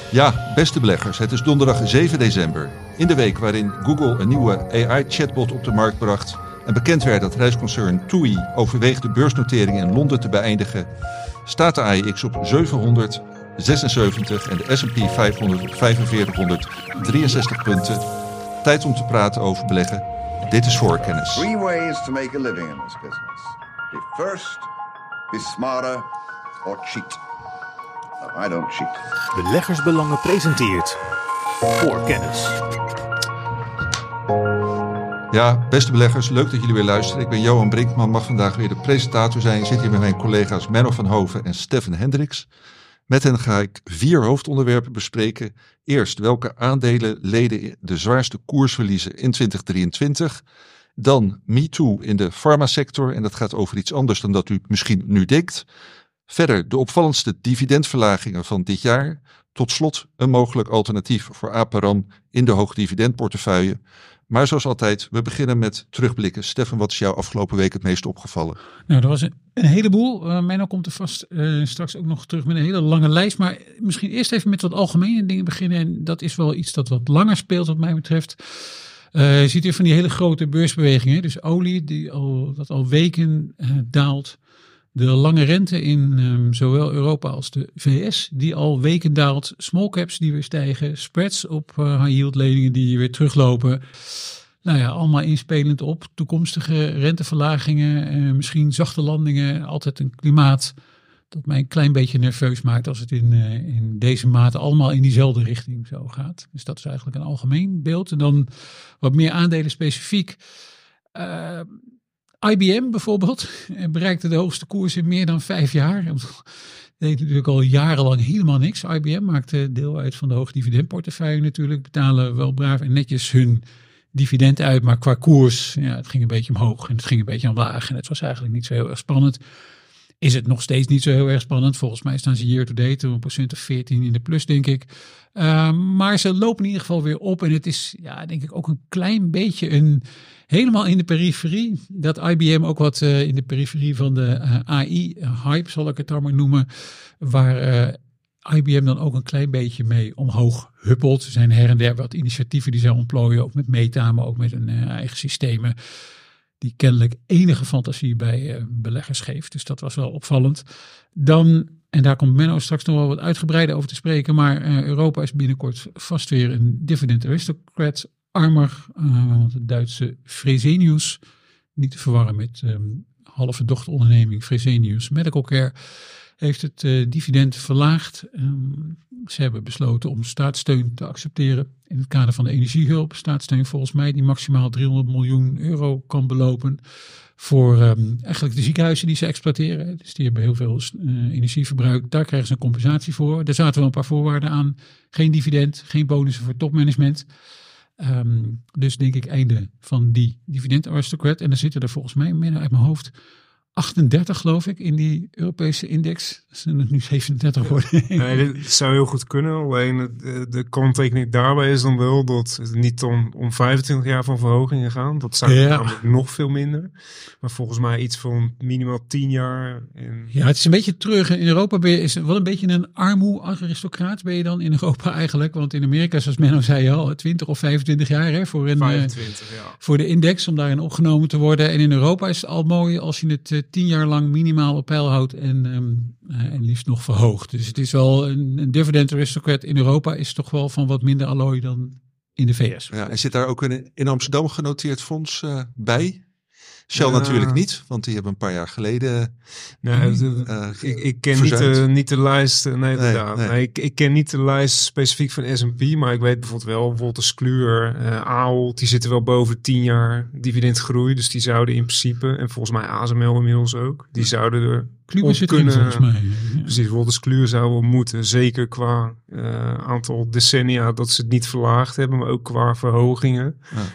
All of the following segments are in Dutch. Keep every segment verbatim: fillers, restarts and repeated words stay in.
Ja, beste beleggers, het is donderdag zeven december. In de week waarin Google een nieuwe A I-chatbot op de markt bracht en bekend werd dat reisconcern TUI overweegt de beursnotering in Londen te beëindigen, staat de A E X op zevenhonderdzesenzeventig en de S en P vijfhonderd op vijfenveertighonderddrieënzestig punten. Tijd om te praten over beleggen. Dit is Voorkennis. Three ways to make a living in this business. Be first, be smarter or cheat. No, I don't cheat. Beleggersbelangen presenteert Voorkennis. Ja, beste beleggers, leuk dat jullie weer luisteren. Ik ben Johan Brinkman, mag vandaag weer de presentator zijn. Ik zit hier met mijn collega's Menno van Hoven en Stefan Hendricks. Met hen ga ik vier hoofdonderwerpen bespreken. Eerst, welke aandelen leden de zwaarste koersverliezen in twintig drieëntwintig? Dan MeToo in de farmasector en dat gaat over iets anders dan dat u misschien nu denkt. Verder de opvallendste dividendverlagingen van dit jaar. Tot slot een mogelijk alternatief voor Aperam in de hoogdividendportefeuille. Maar zoals altijd, we beginnen met terugblikken. Stefan, wat is jou afgelopen week het meest opgevallen? Nou, er was een, een heleboel. Uh, Menno komt er vast uh, straks ook nog terug met een hele lange lijst. Maar misschien eerst even met wat algemene dingen beginnen. En dat is wel iets dat wat langer speelt wat mij betreft. Uh, je ziet hier van die hele grote beursbewegingen. Dus olie, die al, dat al weken uh, daalt. De lange rente in um, zowel Europa als de V S, die al weken daalt. Small caps die weer stijgen. Spreads op uh, high yield leningen die weer teruglopen. Nou ja, allemaal inspelend op toekomstige renteverlagingen. Uh, misschien zachte landingen. Altijd een klimaat dat mij een klein beetje nerveus maakt als het in, uh, in deze mate allemaal in diezelfde richting zo gaat. Dus dat is eigenlijk een algemeen beeld. En dan wat meer aandelen specifiek. Uh, I B M bijvoorbeeld bereikte de hoogste koers in meer dan vijf jaar. Dat deed natuurlijk al jarenlang helemaal niks. I B M maakte deel uit van de hoogdividendportefeuille natuurlijk. Betalen wel braaf en netjes hun dividend uit. Maar qua koers, ja, het ging een beetje omhoog en het ging een beetje omlaag. En het was eigenlijk niet zo heel erg spannend. Is het nog steeds niet zo heel erg spannend. Volgens mij staan ze year to date een procent of veertien in de plus, denk ik. Uh, maar ze lopen in ieder geval weer op. En het is, ja, denk ik ook een klein beetje een... helemaal in de periferie. Dat I B M ook wat uh, in de periferie van de uh, A I-hype, zal ik het dan maar noemen. Waar uh, I B M dan ook een klein beetje mee omhoog huppelt. Er zijn her en der wat initiatieven die zij ontplooien. Ook met Meta, maar ook met hun uh, eigen systemen. Die kennelijk enige fantasie bij uh, beleggers geeft. Dus dat was wel opvallend. Dan, en daar komt Menno straks nog wel wat uitgebreider over te spreken. Maar uh, Europa is binnenkort vast weer een dividend aristocrat. Armer, uh, de Duitse Fresenius, niet te verwarren met um, halve dochteronderneming Fresenius Medical Care, heeft het uh, dividend verlaagd. Um, ze hebben besloten om staatssteun te accepteren in het kader van de energiehulp. Staatssteun volgens mij die maximaal driehonderd miljoen euro kan belopen voor um, eigenlijk de ziekenhuizen die ze exploiteren. Dus die hebben heel veel uh, energieverbruik. Daar krijgen ze een compensatie voor. Daar zaten wel een paar voorwaarden aan. Geen dividend, geen bonussen voor topmanagement. Um, dus denk ik einde van die dividend aristocrat. En dan zitten er volgens mij, meer uit mijn hoofd, achtendertig geloof ik in die Europese index. Dat zijn het nu zevenendertig worden. Nee, dat zou heel goed kunnen. Alleen de, de kanttekening daarbij is dan wel dat het niet om, om vijfentwintig jaar van verhogingen gaan. Dat zou ja. namelijk nog veel minder. Maar volgens mij iets van minimaal tien jaar. En... Ja, het is een beetje terug. In Europa ben je is wel een beetje een armoe-aristocraat ben je dan in Europa eigenlijk. Want in Amerika, zoals Menno zei al, twintig of vijfentwintig jaar hè, voor, een, vijfentwintig, ja. voor de index om daarin opgenomen te worden. En in Europa is het al mooi als je het uh, tien jaar lang minimaal op peil houdt en, um, uh, en liefst nog verhoogd. Dus het is wel een, een dividend aristocrat in Europa is toch wel van wat minder allooi dan in de V S. Ja, en zit daar ook een in Amsterdam genoteerd fonds uh, bij? Shell ja. natuurlijk niet, want die hebben een paar jaar geleden... Nee, uh, ik, ik ken niet de, niet de lijst, nee, nee, inderdaad. Nee. Nee, ik, ik ken niet de lijst specifiek van S en P, maar ik weet bijvoorbeeld wel, bijvoorbeeld de Skluur, uh, Ahold, die zitten wel boven tien jaar dividendgroei, dus die zouden in principe, en volgens mij A S M L inmiddels ook, die zouden er Kluwer zit erin volgens mij. Ja. Precies, bijvoorbeeld de Skluur zou wel moeten, zeker qua uh, aantal decennia dat ze het niet verlaagd hebben, maar ook qua verhogingen. Ja.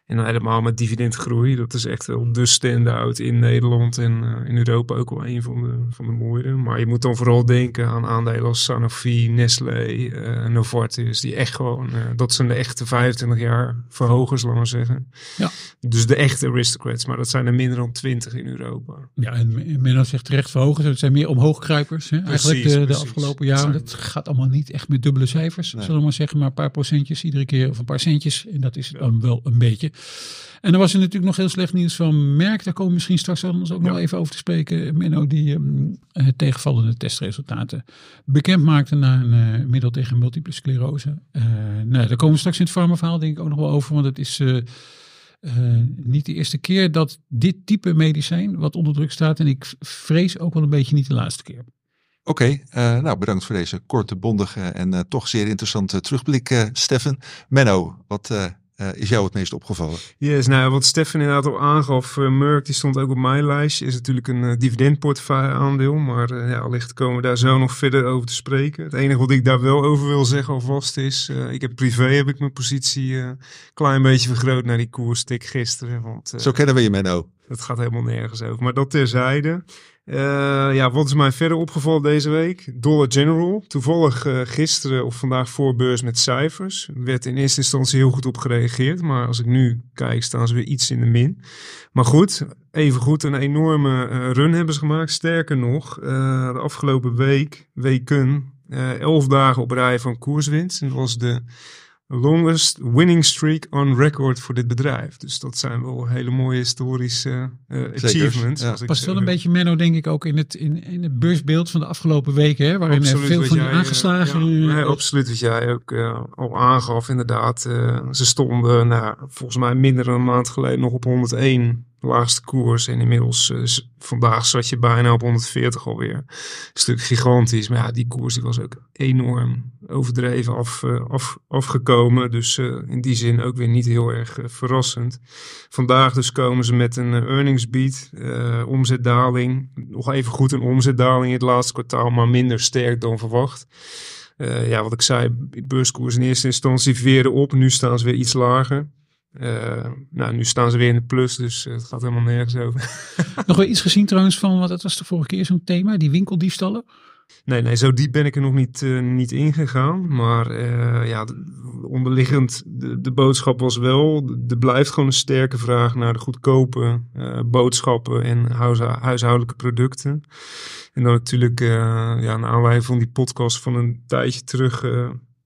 En dan helemaal met dividendgroei. Dat is echt wel de stand-out in Nederland en uh, in Europa ook wel een van de, van de mooiere. Maar je moet dan vooral denken aan aandelen als Sanofi, Nestlé, uh, Novartis. Die echt gewoon, uh, dat zijn de echte vijfentwintig jaar verhogers, laten we zeggen. Ja. Dus de echte aristocrats. Maar dat zijn er minder dan twintig in Europa. Ja, en Menno zegt terecht verhogers. Het zijn meer omhoogkruipers. Hè? Precies, Eigenlijk de, de precies. afgelopen jaren. Dat gaat allemaal niet echt met dubbele cijfers. Nee. Zullen we maar zeggen. Maar een paar procentjes iedere keer. Of een paar centjes. En dat is ja. dan wel een beetje. En dan was er natuurlijk nog heel slecht nieuws van Merck. Daar komen we misschien straks anders ook ja. nog even over te spreken. Menno die um, tegenvallende testresultaten bekend maakte na een uh, middel tegen multiple sclerose. Uh, nou, daar komen we straks in het farmaverhaal denk ik ook nog wel over. Want het is uh, uh, niet de eerste keer dat dit type medicijn wat onder druk staat. En ik vrees ook wel een beetje niet de laatste keer. Oké, okay, uh, nou bedankt voor deze korte, bondige en uh, toch zeer interessante terugblik, uh, Stefan. Menno, wat... Uh, Uh, is jou het meest opgevallen? Yes, nou wat Stefan inderdaad al aangaf, uh, Merck die stond ook op mijn lijstje, is natuurlijk een uh, dividendportefeuille aandeel, maar uh, ja, allicht komen we daar zo nog verder over te spreken. Het enige wat ik daar wel over wil zeggen alvast is, uh, ik heb privé heb ik mijn positie een uh, klein beetje vergroot naar die koerstik gisteren. Want, uh, zo kennen we je, Menno. Dat gaat helemaal nergens over, maar dat terzijde. Uh, ja, wat is mij verder opgevallen deze week? Dollar General. Toevallig uh, gisteren of vandaag voor beurs met cijfers. Werd in eerste instantie heel goed op gereageerd. Maar als ik nu kijk, staan ze weer iets in de min. Maar goed, even goed een enorme uh, run hebben ze gemaakt. Sterker nog, uh, de afgelopen week, weken, uh, elf dagen op rij van koerswinst. En dat was de longest winning streak on record voor dit bedrijf. Dus dat zijn wel hele mooie historische uh, achievements. Ja. Past wel een beetje, Menno, denk ik ook in het, in, in het beursbeeld van de afgelopen weken. Hè, waarin absoluut, er veel van die aangeslagen... Uh, ja, ja, absoluut, wat jij ook uh, al aangaf. Inderdaad, uh, ze stonden nou, volgens mij minder dan een maand geleden nog op honderdéén. Laagste koers en inmiddels uh, vandaag zat je bijna op honderdveertig alweer. Een stuk gigantisch, maar ja, die koers die was ook enorm overdreven af, uh, af, afgekomen. Dus uh, in die zin ook weer niet heel erg uh, verrassend. Vandaag dus komen ze met een uh, earnings beat, uh, omzetdaling. Nog even goed een omzetdaling in het laatste kwartaal, maar minder sterk dan verwacht. Uh, ja, wat ik zei, beurskoers in eerste instantie veerden op. Nu staan ze weer iets lager. Uh, nou, nu staan ze weer in de plus, dus uh, het gaat helemaal nergens over. Nog wel iets gezien trouwens van, wat dat was de vorige keer zo'n thema, die winkeldiefstallen? Nee, nee, zo diep ben ik er nog niet, uh, niet ingegaan. Maar uh, ja, onderliggend, de, de boodschap was wel, er blijft gewoon een sterke vraag naar de goedkope uh, boodschappen en huisho- huishoudelijke producten. En dan natuurlijk, uh, ja, naar aanleiding van die podcast van een tijdje terug... Uh,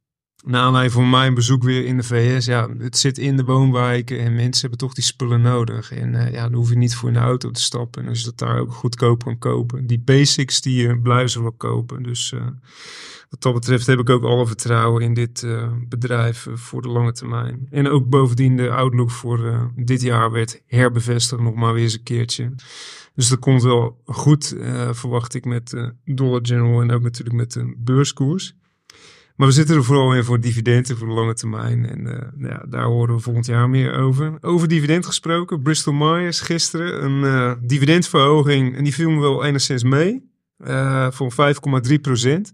Na aanleiding van mijn bezoek weer in de V S, ja, het zit in de woonwijken en mensen hebben toch die spullen nodig. En uh, ja, dan hoef je niet voor in de auto te stappen. En als je dat daar ook goedkoop kan kopen. Die basics, die uh, blijven ze wel kopen. Dus uh, wat dat betreft heb ik ook alle vertrouwen in dit uh, bedrijf uh, voor de lange termijn. En ook bovendien de outlook voor uh, dit jaar werd herbevestigd nog maar weer eens een keertje. Dus dat komt wel goed, uh, verwacht ik, met uh, Dollar General en ook natuurlijk met de beurskoers. Maar we zitten er vooral in voor dividenden voor de lange termijn. En uh, ja, daar horen we volgend jaar meer over. Over dividend gesproken. Bristol Myers gisteren. Een uh, dividendverhoging. En die viel me wel enigszins mee. Uh, van vijf komma drie procent.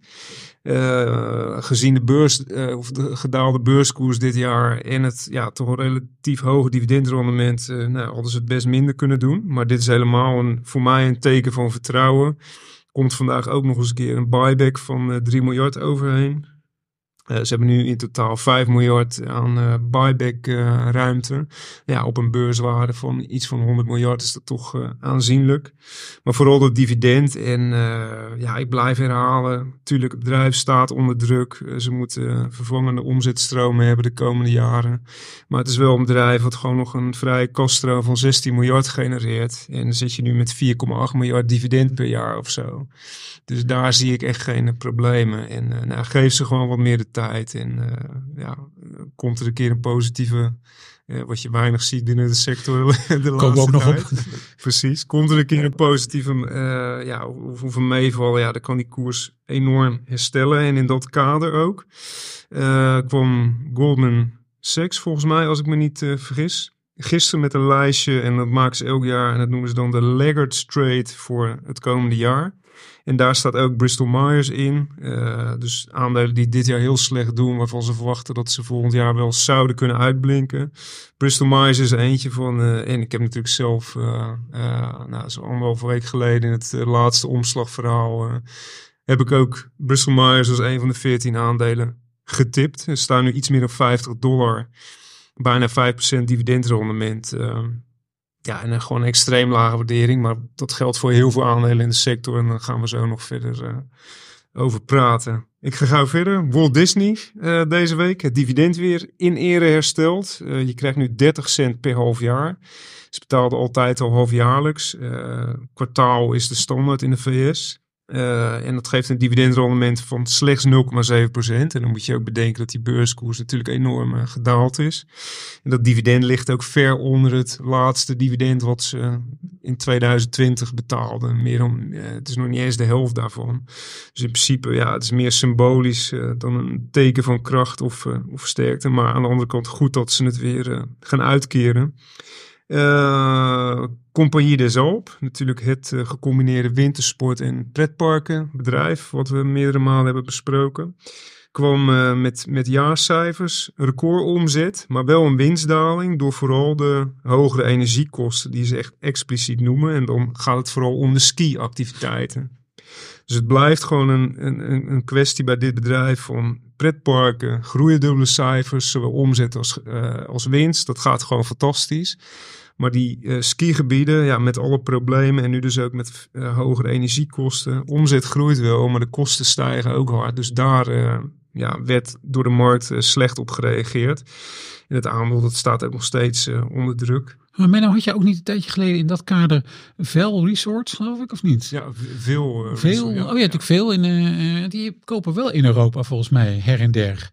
Uh, gezien de beurs, uh, of de gedaalde beurskoers dit jaar. En het ja, toch een relatief hoge dividendrendement. Uh, nou, hadden ze het best minder kunnen doen. Maar dit is helemaal een, voor mij een teken van vertrouwen. Komt vandaag ook nog eens een keer een buyback van uh, drie miljard overheen. Uh, ze hebben nu in totaal vijf miljard aan uh, buyback uh, ruimte. Ja, op een beurswaarde van iets van honderd miljard is dat toch uh, aanzienlijk. Maar vooral dat dividend. En uh, ja, ik blijf herhalen. Tuurlijk, het bedrijf staat onder druk. Uh, ze moeten uh, vervangende omzetstromen hebben de komende jaren. Maar het is wel een bedrijf wat gewoon nog een vrije kaststroom van zestien miljard genereert. En dan zit je nu met vier komma acht miljard dividend per jaar of zo. Dus daar zie ik echt geen problemen. En uh, nou, geef ze gewoon wat meer de tijd. En uh, ja, komt er een keer een positieve, uh, wat je weinig ziet binnen de sector de Komen laatste we ook nog tijd. op. Precies. Komt er een keer een positieve, uh, ja, of, of een meevallen, ja, dan kan die koers enorm herstellen. En in dat kader ook uh, kwam Goldman Sachs volgens mij, als ik me niet uh, vergis. Gisteren met een lijstje, en dat maken ze elk jaar, en dat noemen ze dan de Laggards Trade voor het komende jaar. En daar staat ook Bristol Myers in. Uh, dus aandelen die dit jaar heel slecht doen, waarvan ze verwachten dat ze volgend jaar wel zouden kunnen uitblinken. Bristol Myers is er eentje van. Uh, en ik heb natuurlijk zelf, uh, uh, nou, zo anderhalve week geleden in het uh, laatste omslagverhaal, uh, heb ik ook Bristol Myers als een van de veertien aandelen getipt. Er staan nu iets meer dan vijftig dollar. Bijna vijf procent dividendrendement. Uh, ja, en uh, gewoon een extreem lage waardering. Maar dat geldt voor heel veel aandelen in de sector. En daar gaan we zo nog verder uh, over praten. Ik ga gauw verder. Walt Disney uh, deze week. Het dividend weer in ere hersteld. Uh, je krijgt nu dertig cent per half jaar. Ze betaalden altijd al halfjaarlijks. Uh, kwartaal is de standaard in de V S. Uh, en dat geeft een dividendrendement van slechts nul komma zeven procent. En dan moet je ook bedenken dat die beurskoers natuurlijk enorm uh, gedaald is. En dat dividend ligt ook ver onder het laatste dividend wat ze in tweeduizend twintig betaalden. Meer dan, uh, het is nog niet eens de helft daarvan. Dus in principe, ja, het is meer symbolisch uh, dan een teken van kracht of, uh, of sterkte. Maar aan de andere kant goed dat ze het weer uh, gaan uitkeren. Uh, Compagnie des Alpes, natuurlijk het uh, gecombineerde wintersport- en pretparkenbedrijf, wat we meerdere malen hebben besproken, kwam uh, met, met jaarcijfers, recordomzet, maar wel een winstdaling door vooral de hogere energiekosten die ze echt expliciet noemen. En dan gaat het vooral om de ski-activiteiten. Dus het blijft gewoon een, een, een kwestie bij dit bedrijf van pretparken, groeien dubbele cijfers, zowel omzet als, uh, als winst. Dat gaat gewoon fantastisch. Maar die uh, skigebieden, ja, met alle problemen en nu dus ook met uh, hogere energiekosten. Omzet groeit wel, maar de kosten stijgen ook hard. Dus daar uh, ja, werd door de markt uh, slecht op gereageerd. En het aanbod dat staat ook nog steeds uh, onder druk. Maar Menno, had je ook niet een tijdje geleden in dat kader Vel Resorts, geloof ik, of niet? Ja, veel. Uh, veel resort, ja. Oh ja, natuurlijk veel. In, uh, die kopen wel in Europa volgens mij her en der.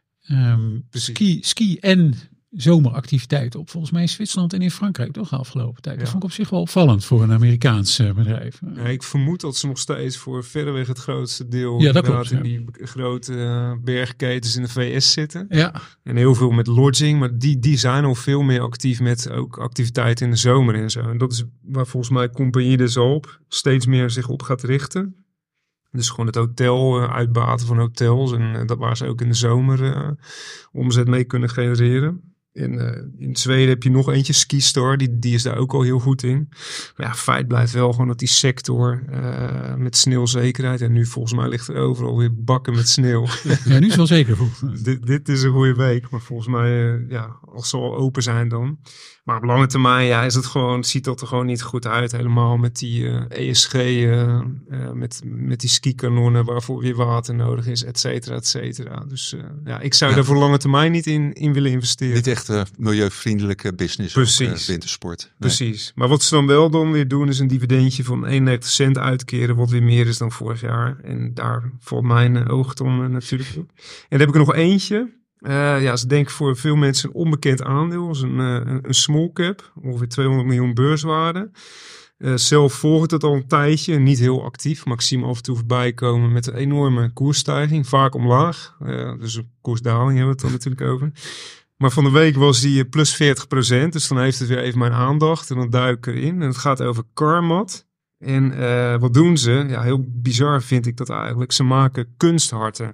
Um, ski, ski en zomeractiviteiten op volgens mij in Zwitserland en in Frankrijk toch de afgelopen tijd. Ja. Dat vond ik op zich wel opvallend voor een Amerikaans uh, bedrijf. Ja, ik vermoed dat ze nog steeds voor verreweg het grootste deel ja, dat klopt, in ja. die grote uh, bergketens in de V S zitten. Ja. En heel veel met lodging, maar die, die zijn al veel meer actief met ook activiteiten in de zomer en zo. En dat is waar volgens mij Compagnie des Alpes steeds meer zich op gaat richten. Dus gewoon het hotel, uh, uitbaten van hotels en uh, dat waar ze ook in de zomer uh, omzet mee kunnen genereren. In, uh, in Zweden heb je nog eentje, Skistar, die, die is daar ook al heel goed in. Maar ja, feit blijft wel gewoon dat die sector uh, met sneeuwzekerheid, en nu volgens mij ligt er overal weer bakken met sneeuw. Ja, nu is wel zeker goed. dit, dit is een goede week, maar volgens mij, uh, ja, als ze al open zijn dan. Maar op lange termijn, ja, is het gewoon, ziet dat er gewoon niet goed uit. Helemaal met die uh, E S G, uh, uh, met, met die skikanonnen waarvoor weer water nodig is, et cetera, et cetera. Dus uh, ja, ik zou ja. daar voor lange termijn niet in, in willen investeren. Niet echt uh, milieuvriendelijke business. Precies. Of uh, wintersport. Nee. Precies. Maar wat ze dan wel dan weer doen, is een dividendje van eenennegentig cent uitkeren, wat weer meer is dan vorig jaar. En daar valt mijn uh, oog dan uh, natuurlijk op. En dan heb ik er nog eentje. Uh, ja, ze denken voor veel mensen een onbekend aandeel. Als een, uh, een small cap, ongeveer tweehonderd miljoen beurswaarde. Uh, zelf volg ik het al een tijdje, niet heel actief, maar ik zie me af en toe voorbij komen met een enorme koersstijging, vaak omlaag. Uh, dus een koersdaling hebben we het dan natuurlijk over. Maar van de week was die plus veertig procent, dus dan heeft het weer even mijn aandacht en dan duik ik erin. En het gaat over Carmat. En uh, wat doen ze? Ja, heel bizar vind ik dat eigenlijk. Ze maken kunstharten.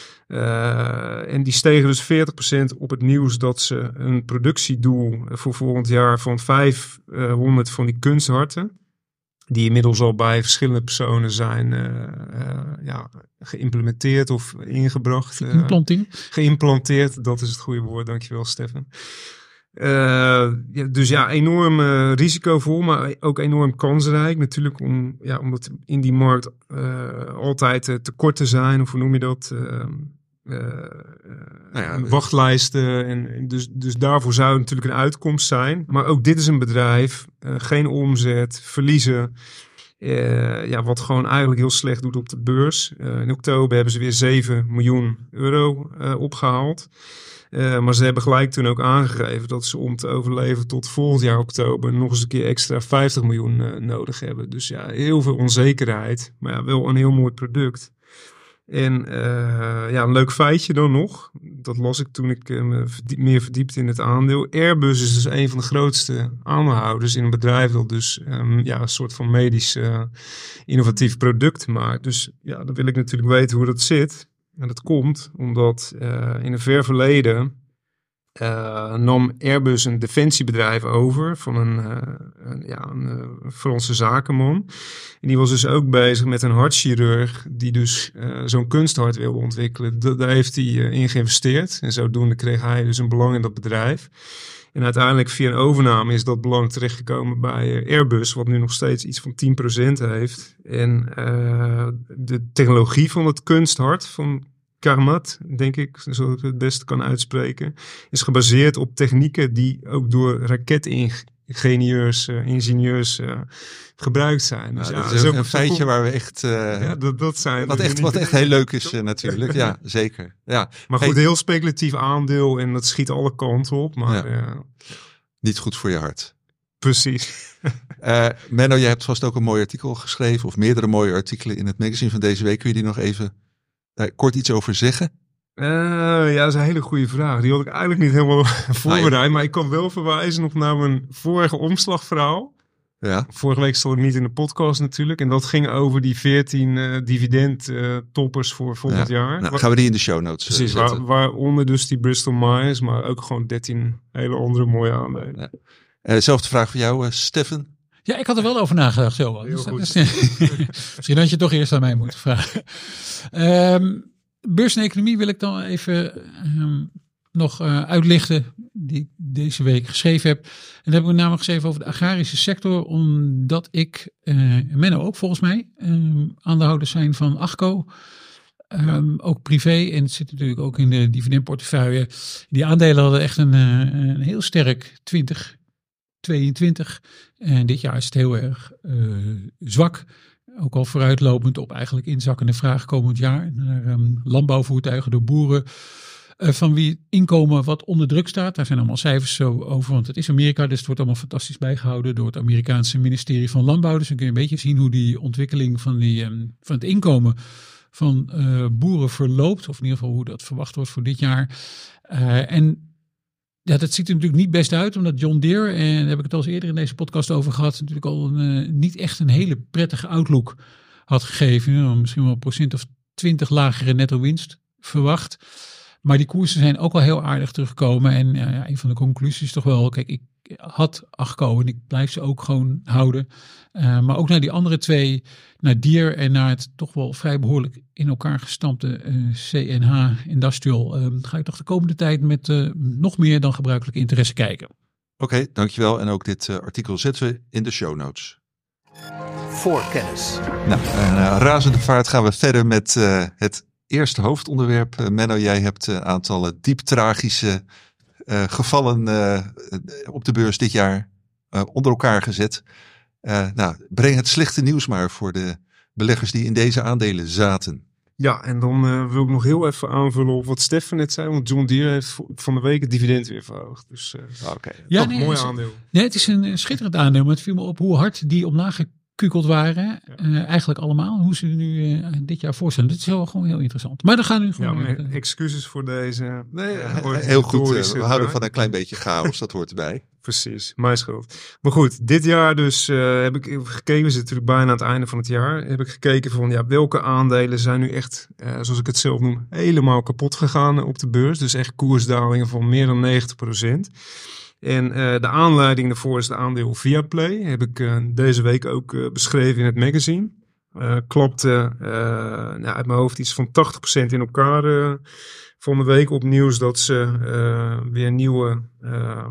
Uh, en die stegen dus veertig procent op het nieuws dat ze een productiedoel voor volgend jaar van vijfhonderd van die kunstharten, die inmiddels al bij verschillende personen zijn uh, uh, ja, geïmplementeerd of ingebracht. Geïmplanteerd? Uh, geïmplanteerd, dat is het goede woord, dankjewel Stefan. Uh, ja, dus ja, enorm uh, risicovol, maar ook enorm kansrijk. Natuurlijk om, ja, omdat in die markt uh, altijd uh, tekort te zijn, of hoe noem je dat? Uh, Uh, uh, nou ja, wachtlijsten. En dus, dus daarvoor zou het natuurlijk een uitkomst zijn. Maar ook dit is een bedrijf. Uh, geen omzet, verliezen. Uh, ja, wat gewoon eigenlijk heel slecht doet op de beurs. Uh, in oktober hebben ze weer zeven miljoen euro uh, opgehaald. Uh, maar ze hebben gelijk toen ook aangegeven dat ze om te overleven tot volgend jaar oktober nog eens een keer extra vijftig miljoen uh, nodig hebben. Dus ja, heel veel onzekerheid. Maar ja, wel een heel mooi product. En uh, ja, een leuk feitje dan nog. dat las ik toen ik uh, me verdiep, meer verdiepte in het aandeel. Airbus is dus een van de grootste aandeelhouders in een bedrijf dat dus um, ja, een soort van medisch uh, innovatief product maakt. Dus ja, dan wil ik natuurlijk weten hoe dat zit. En dat komt omdat uh, in een ver verleden uh, nam Airbus een defensiebedrijf over van een, uh, een, ja, een uh, Franse zakenman. En die was dus ook bezig met een hartchirurg die dus uh, zo'n kunsthart wilde ontwikkelen. Da- daar heeft hij uh, in geïnvesteerd. En zodoende kreeg hij dus een belang in dat bedrijf. En uiteindelijk via een overname is dat belang terechtgekomen bij uh, Airbus, wat nu nog steeds iets van tien procent heeft. En uh, de technologie van het kunsthart van Carmat, denk ik, zoals ik het best kan uitspreken, is gebaseerd op technieken die ook door raketingenieurs, uh, ingenieurs uh, gebruikt zijn. Dus nou, ja, dat is zo, ook een feitje zo, waar we echt, uh, ja, dat, dat zijn wat, echt, wat echt heel leuk is uh, natuurlijk. Ja, zeker. Ja. Maar goed, hey, heel speculatief aandeel en dat schiet alle kanten op. Maar ja. uh, niet goed voor je hart. Precies. uh, Menno, jij hebt vast ook een mooi artikel geschreven, of meerdere mooie artikelen in het magazine van deze week. Kun je die nog even uh, kort iets over zeggen? Uh, ja, dat is een hele goede vraag. Die had ik eigenlijk niet helemaal voorbereid. Ah, ja. Maar ik kan wel verwijzen nog naar mijn vorige omslagverhaal. Ja. Vorige week stond ik niet in de podcast natuurlijk. En dat ging over die veertien uh, dividend-toppers uh, voor volgend ja. jaar. Nou, gaan we die in de show notes uh, Precies, zetten. waar, waaronder dus die Bristol Myers, maar ook gewoon dertien hele andere mooie aandelen. Ja. Uh, zelfde vraag voor jou, uh, Stefan. Ja, ik had er wel over nagedacht, Johan. Heel goed. Misschien had je toch eerst aan mij moeten vragen. Um, Beurs en economie wil ik dan even um, nog uh, uitlichten, die ik deze week geschreven heb. En dat heb ik namelijk geschreven over de agrarische sector, omdat ik, uh, en Menno ook volgens mij, um, aandeelhouders zijn van Agco. Um, ja. Ook privé, en het zit natuurlijk ook in de dividendportefeuille. Die aandelen hadden echt een, uh, een heel sterk twintig tweeëntwintig. En dit jaar is het heel erg uh, zwak. Ook al vooruitlopend op eigenlijk inzakkende vraag komend jaar naar um, landbouwvoertuigen door boeren. Uh, van wie het inkomen wat onder druk staat. Daar zijn allemaal cijfers zo over, want het is Amerika. Dus het wordt allemaal fantastisch bijgehouden door het Amerikaanse ministerie van Landbouw. Dus dan kun je een beetje zien hoe die ontwikkeling van, die, um, van het inkomen van uh, boeren verloopt. Of in ieder geval hoe dat verwacht wordt voor dit jaar. Uh, en ja, dat ziet er natuurlijk niet best uit, omdat John Deere, en daar heb ik het al eens eerder in deze podcast over gehad, natuurlijk al een, uh, niet echt een hele prettige outlook had gegeven. Uh, misschien wel een procent of twintig lagere netto winst verwacht. Maar die koersen zijn ook al heel aardig teruggekomen. En uh, ja, een van de conclusies is toch wel, kijk, ik had Agco en ik blijf ze ook gewoon houden. Uh, maar ook naar die andere twee, naar Deere en naar het toch wel vrij behoorlijk in elkaar gestampte uh, C N H Industrial, uh, ga ik toch de komende tijd met uh, nog meer dan gebruikelijk interesse kijken. Oké, okay, dankjewel. En ook dit uh, artikel zetten we in de show notes. Voorkennis. Nou, uh, razende vaart gaan we verder met uh, het eerste hoofdonderwerp. Uh, Menno, jij hebt een uh, aantal diep tragische uh, gevallen uh, op de beurs dit jaar uh, onder elkaar gezet. Uh, nou, breng het slechte nieuws maar voor de beleggers die in deze aandelen zaten. Ja, en dan uh, wil ik nog heel even aanvullen op wat Stefan net zei. Want John Deere heeft van de week het dividend weer verhoogd. Dus uh, okay. ja, dat nee, een mooi is, aandeel. Nee, het is een schitterend aandeel. Maar het viel me op hoe hard die omlaag gekukeld waren. Ja. Uh, eigenlijk allemaal. Hoe ze er nu uh, dit jaar voorstellen. Dat is wel gewoon heel interessant. Maar dan gaan we nu gewoon... Ja, uh, excuses voor deze... Nee, uh, heel goed. Uh, we houden van een klein beetje chaos. Dat hoort erbij. Precies, mijn schuld. Maar goed, dit jaar dus uh, heb ik gekeken, we zitten natuurlijk bijna aan het einde van het jaar, heb ik gekeken van ja, welke aandelen zijn nu echt, uh, zoals ik het zelf noem, helemaal kapot gegaan op de beurs. Dus echt koersdalingen van meer dan negentig procent. En uh, de aanleiding daarvoor is de aandeel Viaplay. Heb ik uh, deze week ook uh, beschreven in het magazine. Uh, klapte uh, nou, uit mijn hoofd iets van tachtig procent in elkaar uh, van de week op nieuws dat ze uh, weer nieuwe... Uh,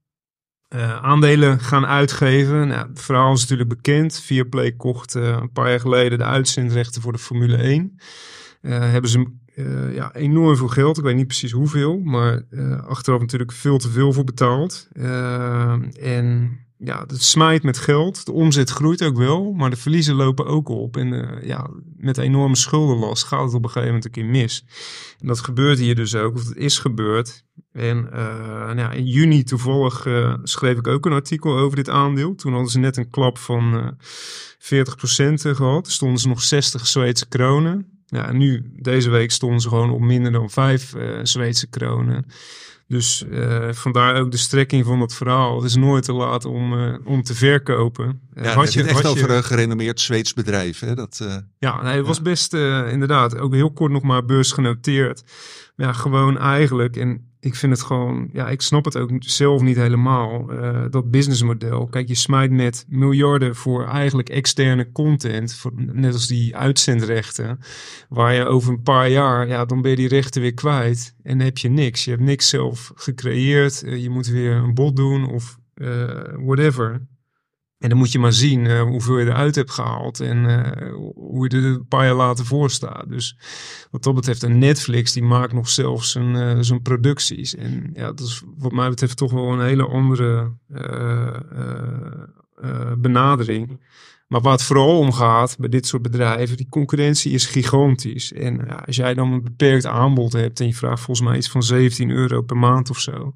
Uh, aandelen gaan uitgeven. Nou, het verhaal is natuurlijk bekend. Viaplay kocht uh, een paar jaar geleden de uitzendrechten voor de Formule één. Uh, hebben ze uh, ja, enorm veel geld. Ik weet niet precies hoeveel. Maar uh, achteraf natuurlijk veel te veel voor betaald. Uh, en ja, het smijt met geld. De omzet groeit ook wel. Maar de verliezen lopen ook op. En uh, ja, met enorme schuldenlast gaat het op een gegeven moment een keer mis. En dat gebeurt hier dus ook. Of het is gebeurd. En uh, nou ja, in juni toevallig uh, schreef ik ook een artikel over dit aandeel. Toen hadden ze net een klap van uh, veertig procent gehad. Stonden ze nog zestig Zweedse kronen. Ja, en nu, deze week stonden ze gewoon op minder dan vijf uh, Zweedse kronen. Dus uh, vandaar ook de strekking van dat verhaal. Het is nooit te laat om, uh, om te verkopen. Uh, ja, had je het echt over je... een gerenommeerd Zweeds bedrijf. Hè? Dat, uh... Ja, nee, het was best uh, inderdaad ook heel kort nog maar beursgenoteerd. Ja, gewoon eigenlijk. En ik vind het gewoon, ja, ik snap het ook zelf niet helemaal. Uh, dat businessmodel. Kijk, je smijt met miljarden voor eigenlijk externe content. Voor, net als die uitzendrechten. Waar je over een paar jaar, ja, dan ben je die rechten weer kwijt. En dan heb je niks. Je hebt niks zelf gecreëerd. Uh, je moet weer een bod doen of uh, whatever. En dan moet je maar zien uh, hoeveel je eruit hebt gehaald en uh, hoe je er een paar jaar later voor staat. Dus wat dat betreft, een Netflix die maakt nog zelfs zijn, uh, zijn producties. En ja, dat is wat mij betreft toch wel een hele andere uh, uh, uh, benadering. Maar waar het vooral om gaat bij dit soort bedrijven, die concurrentie is gigantisch. En ja, als jij dan een beperkt aanbod hebt en je vraagt volgens mij iets van zeventien euro per maand of zo.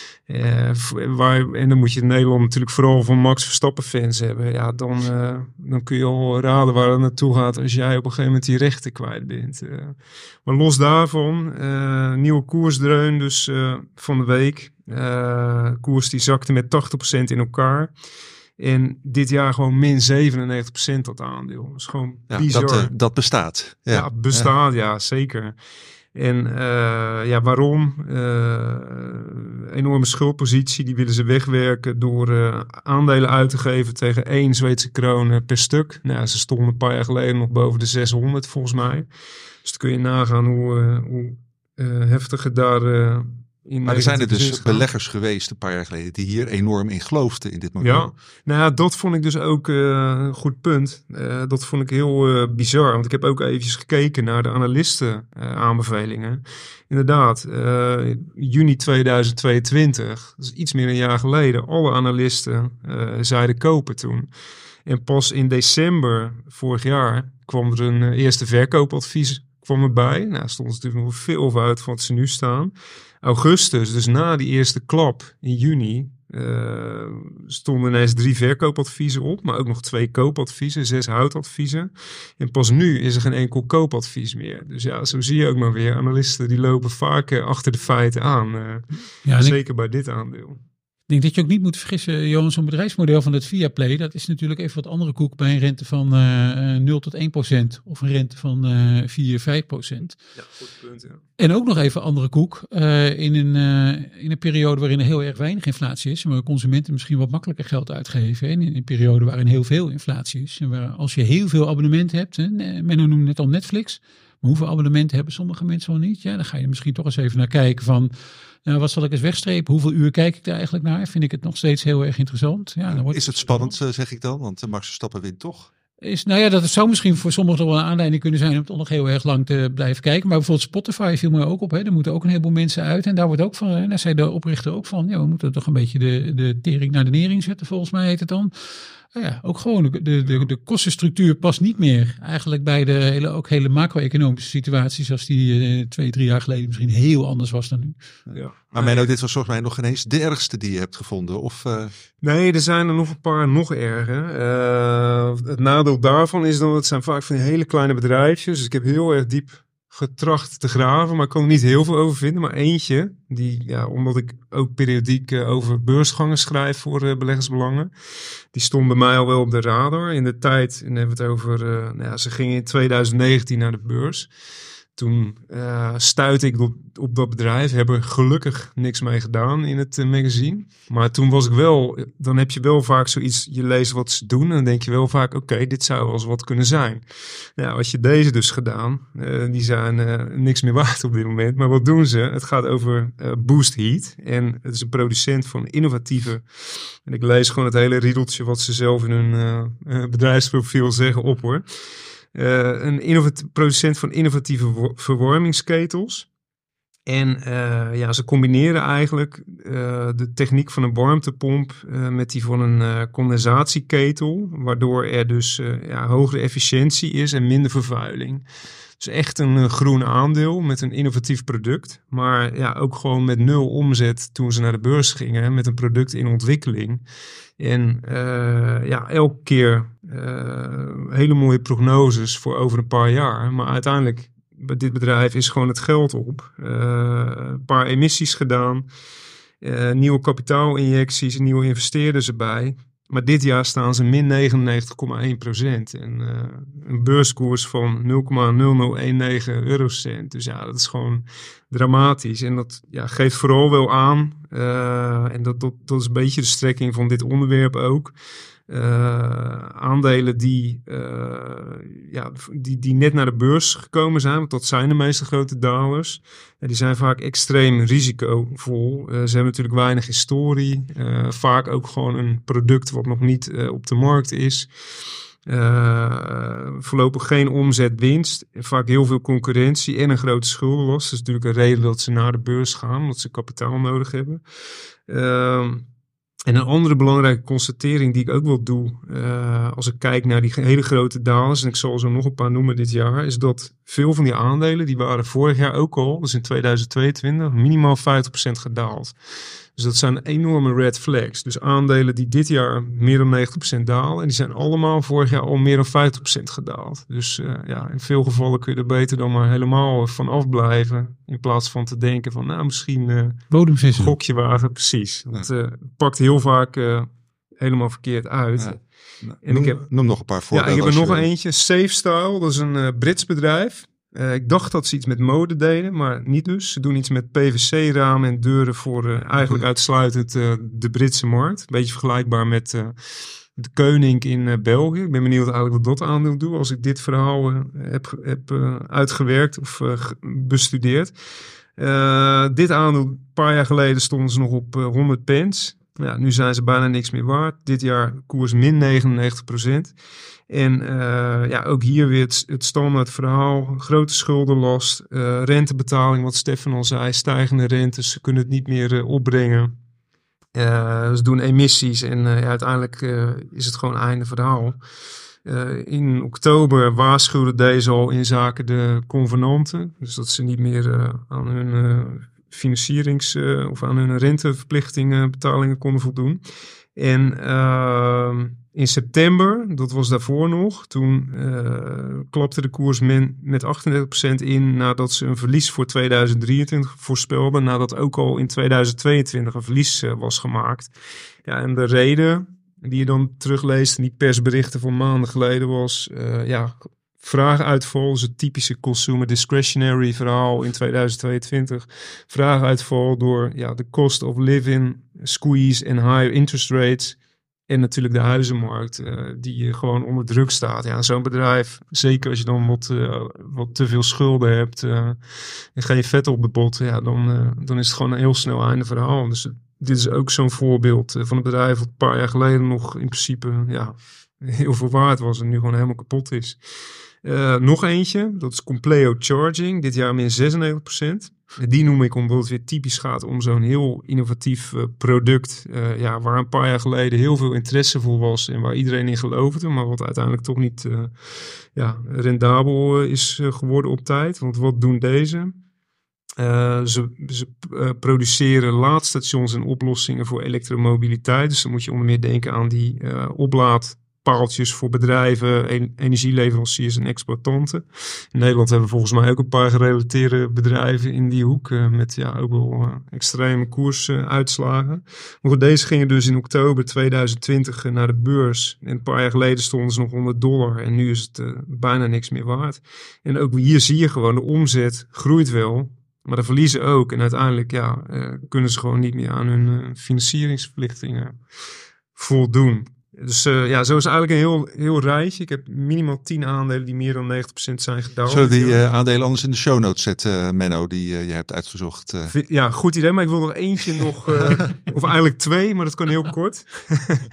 Uh, waar, en dan moet je in Nederland natuurlijk vooral van Max Verstappen fans hebben. Ja, dan, uh, dan kun je al raden waar het naartoe gaat als jij op een gegeven moment die rechten kwijt bent. Uh, maar los daarvan, uh, nieuwe koersdreun dus uh, van de week. Uh, koers die zakte met tachtig procent in elkaar. En dit jaar gewoon min zevenennegentig procent dat aandeel. Dat is gewoon ja, bizar. Dat, uh, dat bestaat. Ja, ja bestaat, ja, ja zeker. En uh, ja, waarom? Uh, enorme schuldpositie, die willen ze wegwerken door uh, aandelen uit te geven tegen één Zweedse kroon per stuk. Nou, ze stonden een paar jaar geleden nog boven de zeshonderd volgens mij. Dus dan kun je nagaan hoe, uh, hoe uh, heftig het daar uh, in Maar er zijn er dus beleggers geweest een paar jaar geleden die hier enorm in geloofden in dit model. Ja, nou ja, dat vond ik dus ook uh, een goed punt. Uh, dat vond ik heel uh, bizar, want ik heb ook eventjes gekeken naar de analisten uh, aanbevelingen. Inderdaad, uh, juni tweeduizend tweeëntwintig, dat is iets meer dan een jaar geleden, alle analisten uh, zeiden kopen toen. En pas in december vorig jaar kwam er een uh, eerste verkoopadvies kwam erbij. Nou, stond er natuurlijk nog veel over uit van wat ze nu staan. Augustus, dus na die eerste klap in juni, uh, stonden ineens drie verkoopadviezen op, maar ook nog twee koopadviezen, zes houtadviezen. En pas nu is er geen enkel koopadvies meer. Dus ja, zo zie je ook maar weer. Analisten die lopen vaak uh, achter de feiten aan. Uh, ja, zeker ik, bij dit aandeel. Ik denk dat je ook niet moet vergissen, Johan, zo'n bedrijfsmodel van het Viaplay, dat is natuurlijk even wat andere koek bij een rente van uh, nul tot één procent of een rente van uh, vier, vijf procent. Ja, goed punt, ja. En ook nog even andere koek uh, in, een, uh, in een periode waarin er heel erg weinig inflatie is, waar consumenten misschien wat makkelijker geld uitgeven. En in een periode waarin heel veel inflatie is. En waar als je heel veel abonnementen hebt, hè, men noemde net al Netflix, maar hoeveel abonnementen hebben sommige mensen wel niet? Ja, dan ga je misschien toch eens even naar kijken van, nou, wat zal ik eens wegstrepen? Hoeveel uur kijk ik daar eigenlijk naar? Vind ik het nog steeds heel erg interessant. Ja, dan wordt is het spannend, zeg ik dan? Want Max Verstappen wint toch? Is, nou ja, dat zou misschien voor sommigen wel een aanleiding kunnen zijn om toch nog heel erg lang te blijven kijken. Maar bijvoorbeeld Spotify viel me ook op. Hè. Er moeten ook een heleboel mensen uit. En daar wordt ook van, hè, daar zei de oprichter ook van, ja, we moeten toch een beetje de, de tering naar de nering zetten, volgens mij heet het dan. Ja, ook gewoon de, de, de kostenstructuur past niet meer eigenlijk bij de hele, ook hele macro-economische situatie zoals die uh, twee, drie jaar geleden misschien heel anders was dan nu. Ja. Maar Menno, dit was volgens mij nog ineens de ergste die je hebt gevonden, of? Uh... Nee, er zijn er nog een paar nog erger. Uh, het nadeel daarvan is dan, het zijn vaak van die hele kleine bedrijfjes. Dus ik heb heel erg diep getracht te graven, maar ik kon er niet heel veel over vinden. Maar eentje, die, ja, omdat ik ook periodiek uh, over beursgangen schrijf voor uh, beleggersbelangen, die stond bij mij al wel op de radar. In de tijd, en dan hebben we het over, uh, nou ja, ze gingen in twintig negentien naar de beurs. Toen uh, stuitte ik op, op dat bedrijf, hebben gelukkig niks mee gedaan in het uh, magazine. Maar toen was ik wel, dan heb je wel vaak zoiets, je leest wat ze doen en dan denk je wel vaak, oké, okay, dit zou wel eens wat kunnen zijn. Nou, als je deze dus gedaan, uh, die zijn uh, niks meer waard op dit moment. Maar wat doen ze? Het gaat over uh, Boost Heat en het is een producent van innovatieve, en ik lees gewoon het hele riedeltje wat ze zelf in hun uh, uh, bedrijfsprofiel zeggen op hoor. Uh, een innovat- producent van innovatieve wo- verwarmingsketels. En uh, ja, ze combineren eigenlijk uh, de techniek van een warmtepomp uh, met die van een uh, condensatieketel, waardoor er dus uh, ja, hogere efficiëntie is en minder vervuiling. Dus echt een uh, groen aandeel met een innovatief product. Maar ja, ook gewoon met nul omzet toen ze naar de beurs gingen. Met een product in ontwikkeling. En uh, ja, elke keer uh, hele mooie prognoses voor over een paar jaar. Maar uiteindelijk, bij dit bedrijf is gewoon het geld op. Uh, een paar emissies gedaan. Uh, nieuwe kapitaalinjecties, nieuwe investeerders erbij. Maar dit jaar staan ze min negenennegentig komma één procent. En uh, een beurskoers van nul komma nul nul een negen eurocent. Dus ja, dat is gewoon dramatisch. En dat ja, geeft vooral wel aan. Uh, en dat, dat, dat is een beetje de strekking van dit onderwerp ook. Uh, aandelen die, uh, ja, die, die net naar de beurs gekomen zijn, want dat zijn de meeste grote dalers. En die zijn vaak extreem risicovol. Uh, ze hebben natuurlijk weinig historie. Uh, vaak ook gewoon een product wat nog niet uh, op de markt is. Uh, voorlopig geen omzet, winst. Vaak heel veel concurrentie en een grote schuldenlast. Dat is natuurlijk een reden dat ze naar de beurs gaan, omdat ze kapitaal nodig hebben. Uh, En een andere belangrijke constatering die ik ook wel doe, uh, als ik kijk naar die hele grote dalers, en ik zal zo nog een paar noemen dit jaar, is dat veel van die aandelen, die waren vorig jaar ook al, dus in tweeduizend tweeëntwintig, minimaal vijftig procent gedaald. Dus dat zijn enorme red flags. Dus aandelen die dit jaar meer dan negentig procent dalen, en die zijn allemaal vorig jaar al meer dan vijftig procent gedaald. Dus uh, ja, in veel gevallen kun je er beter dan maar helemaal van afblijven, in plaats van te denken van, nou misschien uh, bodemvissen. Gokje wagen, precies. Dat uh, pakt heel vaak uh, helemaal verkeerd uit. Ja. Nou, en noem, ik heb, noem nog een paar voorbeelden. Ja, ik heb er nog je... eentje. Safestyle, dat is een uh, Brits bedrijf. Uh, ik dacht dat ze iets met mode deden, maar niet dus. Ze doen iets met P V C-ramen en deuren voor uh, eigenlijk uitsluitend uh, de Britse markt. Een beetje vergelijkbaar met uh, de Koning in uh, België. Ik ben benieuwd eigenlijk wat dat aandeel doet als ik dit verhaal uh, heb, heb uh, uitgewerkt of uh, bestudeerd. Uh, dit aandeel, een paar jaar geleden stonden ze nog op uh, honderd pence. Ja, nu zijn ze bijna niks meer waard. Dit jaar koers min negenennegentig procent. En uh, ja, ook hier weer het, het standaard verhaal. Grote schuldenlast, uh, rentebetaling, wat Stefan al zei. Stijgende rentes, ze kunnen het niet meer uh, opbrengen. Uh, ze doen emissies en uh, ja, uiteindelijk uh, is het gewoon einde verhaal. Uh, in oktober waarschuwde deze al in zaken de convenanten. Dus dat ze niet meer uh, aan hun uh, financierings- uh, of aan hun renteverplichtingen betalingen konden voldoen. En uh, in september, dat was daarvoor nog, toen uh, klapte de koers men, met achtendertig procent in nadat ze een verlies voor tweeduizend drieëntwintig voorspelden, nadat ook al in tweeduizend tweeëntwintig een verlies uh, was gemaakt. Ja, en de reden die je dan terugleest in die persberichten van maanden geleden was, uh, ja, vraaguitval, dus het typische consumer discretionary verhaal in tweeduizend tweeëntwintig. Vraaguitval door ja, de cost of living squeeze en higher interest rates. En natuurlijk de huizenmarkt, uh, die gewoon onder druk staat. Ja, zo'n bedrijf, zeker als je dan wat, uh, wat te veel schulden hebt uh, en ga je vet op de bot, ja, dan, uh, dan is het gewoon een heel snel einde verhaal. Dus dit is ook zo'n voorbeeld van een bedrijf dat een paar jaar geleden nog in principe ja, heel veel waard was en nu gewoon helemaal kapot is. Uh, nog eentje, dat is Compleo Charging, dit jaar min zesennegentig procent. Die noem ik omdat het weer typisch gaat om zo'n heel innovatief uh, product, uh, ja, waar een paar jaar geleden heel veel interesse voor was en waar iedereen in geloofde, maar wat uiteindelijk toch niet uh, ja, rendabel uh, is uh, geworden op tijd. Want wat doen deze? Uh, ze ze uh, produceren laadstations en oplossingen voor elektromobiliteit. Dus dan moet je onder meer denken aan die uh, oplaadpaaltjes voor bedrijven, en, energieleveranciers en exploitanten. In Nederland hebben we volgens mij ook een paar gerelateerde bedrijven in die hoek. Uh, met ja, ook wel uh, extreme koersuitslagen. Uh, maar goed, deze gingen dus in oktober tweeduizend twintig uh, naar de beurs. En een paar jaar geleden stonden ze nog honderd dollar. En nu is het uh, bijna niks meer waard. En ook hier zie je gewoon, de omzet groeit wel. Maar de verliezen ook. En uiteindelijk ja, uh, kunnen ze gewoon niet meer aan hun uh, financieringsverplichtingen voldoen. Dus uh, ja, zo is eigenlijk een heel, heel rijtje. Ik heb minimaal tien aandelen die meer dan negentig procent zijn gedaald. Zullen we die uh, aandelen anders in de show notes zetten, uh, Menno, die uh, je hebt uitgezocht? Uh. Ja, goed idee. Maar ik wil nog eentje nog, uh, of eigenlijk twee, maar dat kan heel kort.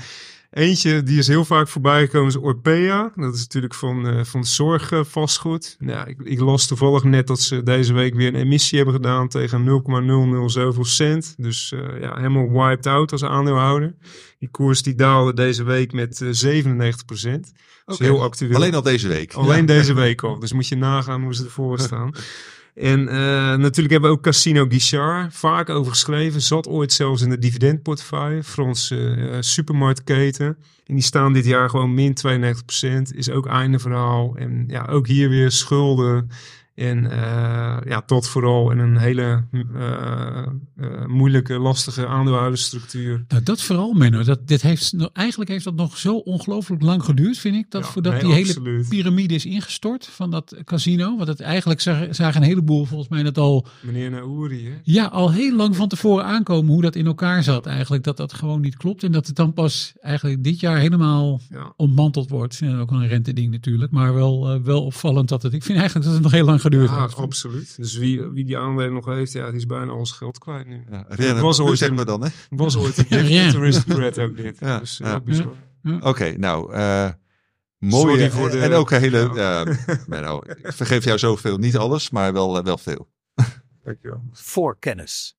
Eentje die is heel vaak voorbij gekomen is Orpea. Dat is natuurlijk van, uh, van zorgvastgoed. Nou, ik, ik las toevallig net dat ze deze week weer een emissie hebben gedaan tegen nul komma nul nul zoveel cent. Dus uh, ja, helemaal wiped out als aandeelhouder. Die koers die daalde deze week met uh, zevenennegentig procent. Dus okay. Heel actueel. Alleen al deze week. Alleen ja. deze week al. Dus moet je nagaan hoe ze ervoor staan. En uh, natuurlijk hebben we ook Casino Guichard vaak over geschreven. Zat ooit zelfs in de dividendportefeuille. Franse uh, supermarktketen. En die staan dit jaar gewoon min tweeënnegentig procent. Is ook einde verhaal. En ja, ook hier weer schulden. En uh, ja, tot vooral in een hele uh, uh, moeilijke, lastige aandeelhoudersstructuur. Nou, dat vooral, Menno. Dat, dit heeft, eigenlijk heeft dat nog zo ongelooflijk lang geduurd, vind ik. Dat ja, voordat nee, die absoluut. hele piramide is ingestort van dat casino. Want het eigenlijk zagen, zagen een heleboel volgens mij dat al... Meneer Naouri, hè? Ja, al heel lang van tevoren aankomen hoe dat in elkaar zat eigenlijk. Dat dat gewoon niet klopt. En dat het dan pas eigenlijk dit jaar helemaal ja. ontmanteld wordt. Ja, ook een renteding natuurlijk. Maar wel, uh, wel opvallend dat het... Ik vind eigenlijk dat het nog heel lang geduurd Ja, heeft. absoluut. Dus wie, wie die aandelen nog heeft, ja, die is bijna al zijn geld kwijt nu. Ja, Rien, was ooit zeg maar dan, hè? Was ooit een dividend aristocrat ook dit. Ja, dus ja. ook bizar. Ja. Oké, okay, nou, uh, mooie voor de... en ook een hele... Ja, nou, ik vergeef jou zoveel, niet alles, maar wel, uh, wel veel. Dankjewel. Voor kennis.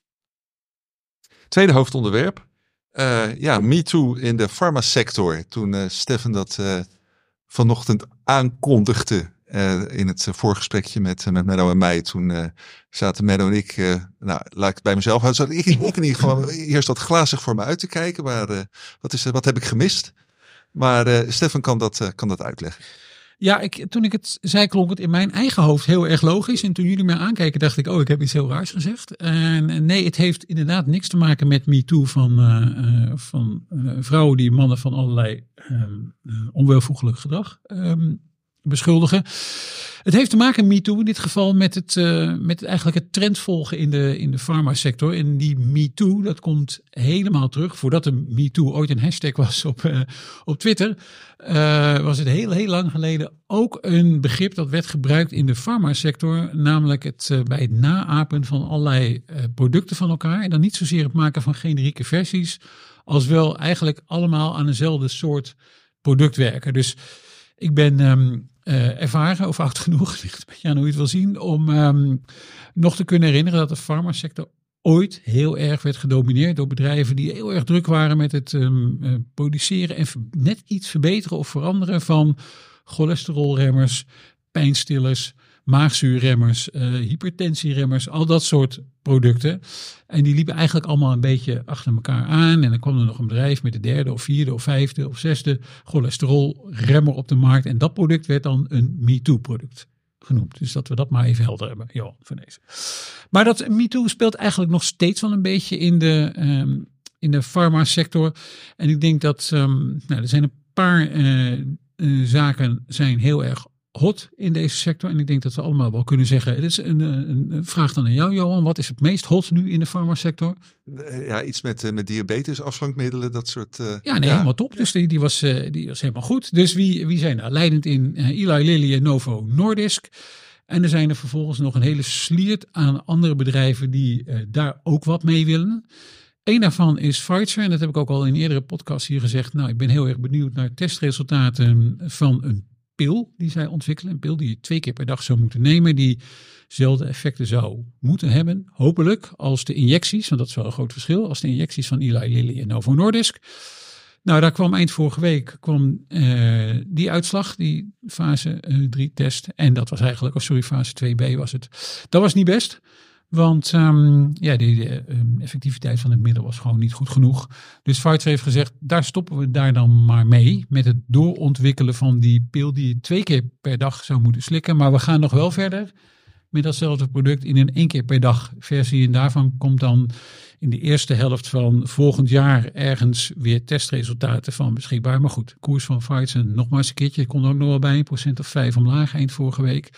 Tweede hoofdonderwerp. Uh, ja, Me Too in de farmasector. Toen uh, Stefan dat uh, vanochtend aankondigde... Uh, in het uh, voorgesprekje met, uh, met Menno en mij. Toen uh, zaten Menno en ik, uh, nou laat ik het bij mezelf houden. Zat ik, ik in ieder geval eerst wat glazig voor me uit te kijken. Maar uh, wat, is, uh, wat heb ik gemist? Maar uh, Stefan kan dat, uh, kan dat uitleggen. Ja, ik, toen ik het zei klonk het in mijn eigen hoofd heel erg logisch. En toen jullie mij aankeken dacht ik, oh ik heb iets heel raars gezegd. En, en nee, het heeft inderdaad niks te maken met MeToo van, uh, uh, van uh, vrouwen die mannen van allerlei um, uh, onwelvoegelijk gedrag um, beschuldigen. Het heeft te maken, MeToo in dit geval, met het, uh, met eigenlijk het trend volgen in de, in de farmasector. En die MeToo, dat komt helemaal terug. Voordat de MeToo ooit een hashtag was op, uh, op Twitter, uh, was het heel, heel lang geleden ook een begrip dat werd gebruikt in de farmasector. Namelijk het uh, bij het naapen van allerlei uh, producten van elkaar. En dan niet zozeer het maken van generieke versies, als wel eigenlijk allemaal aan dezelfde soort product werken. Dus ik ben um, uh, ervaren of oud genoeg, ligt een beetje aan hoe je het wil zien, om um, nog te kunnen herinneren dat de farmasector ooit heel erg werd gedomineerd door bedrijven die heel erg druk waren met het um, uh, produceren en ver- net iets verbeteren of veranderen van cholesterolremmers, pijnstillers, maagzuurremmers, uh, hypertensieremmers, al dat soort producten. En die liepen eigenlijk allemaal een beetje achter elkaar aan. En dan kwam er nog een bedrijf met de derde of vierde of vijfde of zesde cholesterolremmer op de markt. En dat product werd dan een MeToo-product genoemd. Dus dat we dat maar even helder hebben, Johan van deze. Maar dat MeToo speelt eigenlijk nog steeds wel een beetje in de, um, in de farmasector. En ik denk dat um, nou, er zijn een paar uh, uh, zaken zijn heel erg hot in deze sector. En ik denk dat we allemaal wel kunnen zeggen. Het is een, een, een vraag dan aan jou, Johan. Wat is het meest hot nu in de farmasector? Ja, iets met, uh, met diabetes, afslankmiddelen, dat soort... Uh, ja, nee, ja. helemaal top. Dus die, die, was, uh, die was helemaal goed. Dus wie, wie zijn daar leidend in? Uh, Eli Lilly en Novo Nordisk. En er zijn er vervolgens nog een hele sliert aan andere bedrijven die uh, daar ook wat mee willen. Eén daarvan is Pfizer. En dat heb ik ook al in eerdere podcasts hier gezegd. Nou, ik ben heel erg benieuwd naar testresultaten van een pil die zij ontwikkelen. Een pil die je twee keer per dag zou moeten nemen. Die dezelfde effecten zou moeten hebben. Hopelijk als de injecties. Want dat is wel een groot verschil. Als de injecties van Eli Lilly en Novo Nordisk. Nou, daar kwam eind vorige week kwam uh, die uitslag. Die fase drie uh, test. En dat was eigenlijk, oh sorry, fase twee B was het. Dat was niet best. Want um, ja, de, de um, effectiviteit van het middel was gewoon niet goed genoeg. Dus Pfizer heeft gezegd, daar stoppen we daar dan maar mee. Met het doorontwikkelen van die pil die je twee keer per dag zou moeten slikken. Maar we gaan nog wel verder met datzelfde product in een één keer per dag versie. En daarvan komt dan in de eerste helft van volgend jaar ergens weer testresultaten van beschikbaar. Maar goed, de koers van Pfizer nogmaals een keertje. Kon er ook nog wel bij, een procent of vijf omlaag eind vorige week.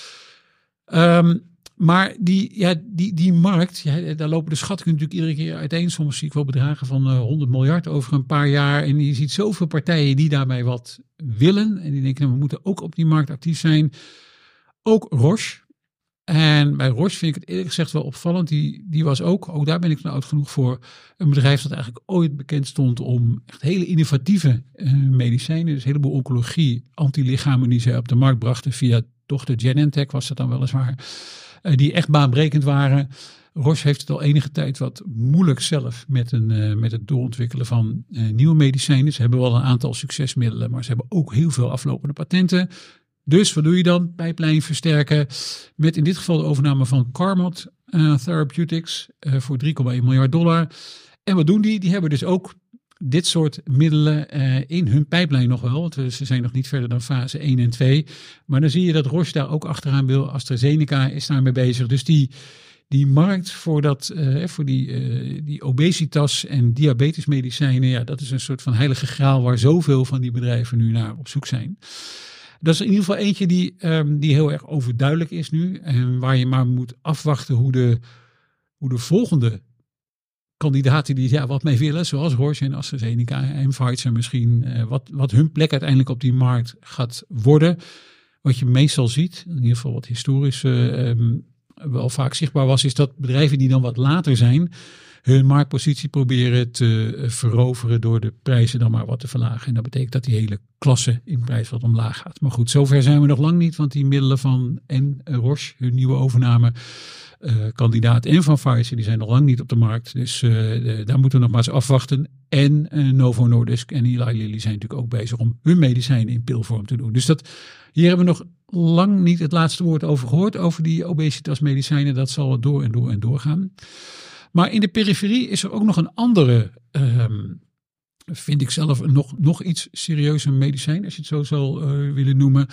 Um, Maar die, ja, die, die markt, ja, daar lopen de schattingen natuurlijk iedere keer uiteen. Soms zie ik wel bedragen van uh, honderd miljard over een paar jaar. En je ziet zoveel partijen die daarbij wat willen. En die denken, nou, we moeten ook op die markt actief zijn. Ook Roche En bij Roche vind ik het eerlijk gezegd wel opvallend. Die, die was ook, ook daar ben ik nou oud genoeg voor, een bedrijf dat eigenlijk ooit bekend stond om echt hele innovatieve uh, medicijnen. Dus een heleboel oncologie, antilichamen die zij op de markt brachten via dochter Genentech was dat dan weliswaar. Uh, die echt baanbrekend waren. Roche heeft het al enige tijd wat moeilijk zelf met, een, uh, met het doorontwikkelen van uh, nieuwe medicijnen. Ze hebben wel een aantal succesmiddelen, maar ze hebben ook heel veel aflopende patenten. Dus wat doe je dan? Pijplijn versterken met in dit geval de overname van Carmot uh, Therapeutics uh, voor drie komma één miljard dollar. En wat doen die? Die hebben dus ook dit soort middelen uh, in hun pijplijn nog wel. Want ze zijn nog niet verder dan fase één en twee. Maar dan zie je dat Roche daar ook achteraan wil. AstraZeneca is daarmee bezig. Dus die, die markt voor, dat, uh, voor die, uh, die obesitas en diabetesmedicijnen. Ja, dat is een soort van heilige graal waar zoveel van die bedrijven nu naar op zoek zijn. Dat is in ieder geval eentje die, um, die heel erg overduidelijk is nu. En waar je maar moet afwachten hoe de, hoe de volgende kandidaten die ja, wat mee willen, zoals Roche en AstraZeneca en Pfizer misschien, uh, wat, wat hun plek uiteindelijk op die markt gaat worden. Wat je meestal ziet, in ieder geval wat historisch uh, um, wel vaak zichtbaar was, is dat bedrijven die dan wat later zijn, hun marktpositie proberen te veroveren door de prijzen dan maar wat te verlagen. En dat betekent dat die hele klasse in prijs wat omlaag gaat. Maar goed, zover zijn we nog lang niet, want die middelen van en Roche, hun nieuwe overname, uh, kandidaat en van Pfizer, die zijn nog lang niet op de markt. Dus uh, de, daar moeten we nog maar eens afwachten. En uh, Novo Nordisk en Eli Lilly zijn natuurlijk ook bezig om hun medicijnen in pilvorm te doen. Dus dat, hier hebben we nog lang niet het laatste woord over gehoord, over die obesitasmedicijnen. Dat zal door en door en door gaan. Maar in de periferie is er ook nog een andere, um, vind ik zelf, een nog, nog iets serieuzer medicijn, als je het zo zou uh, willen noemen.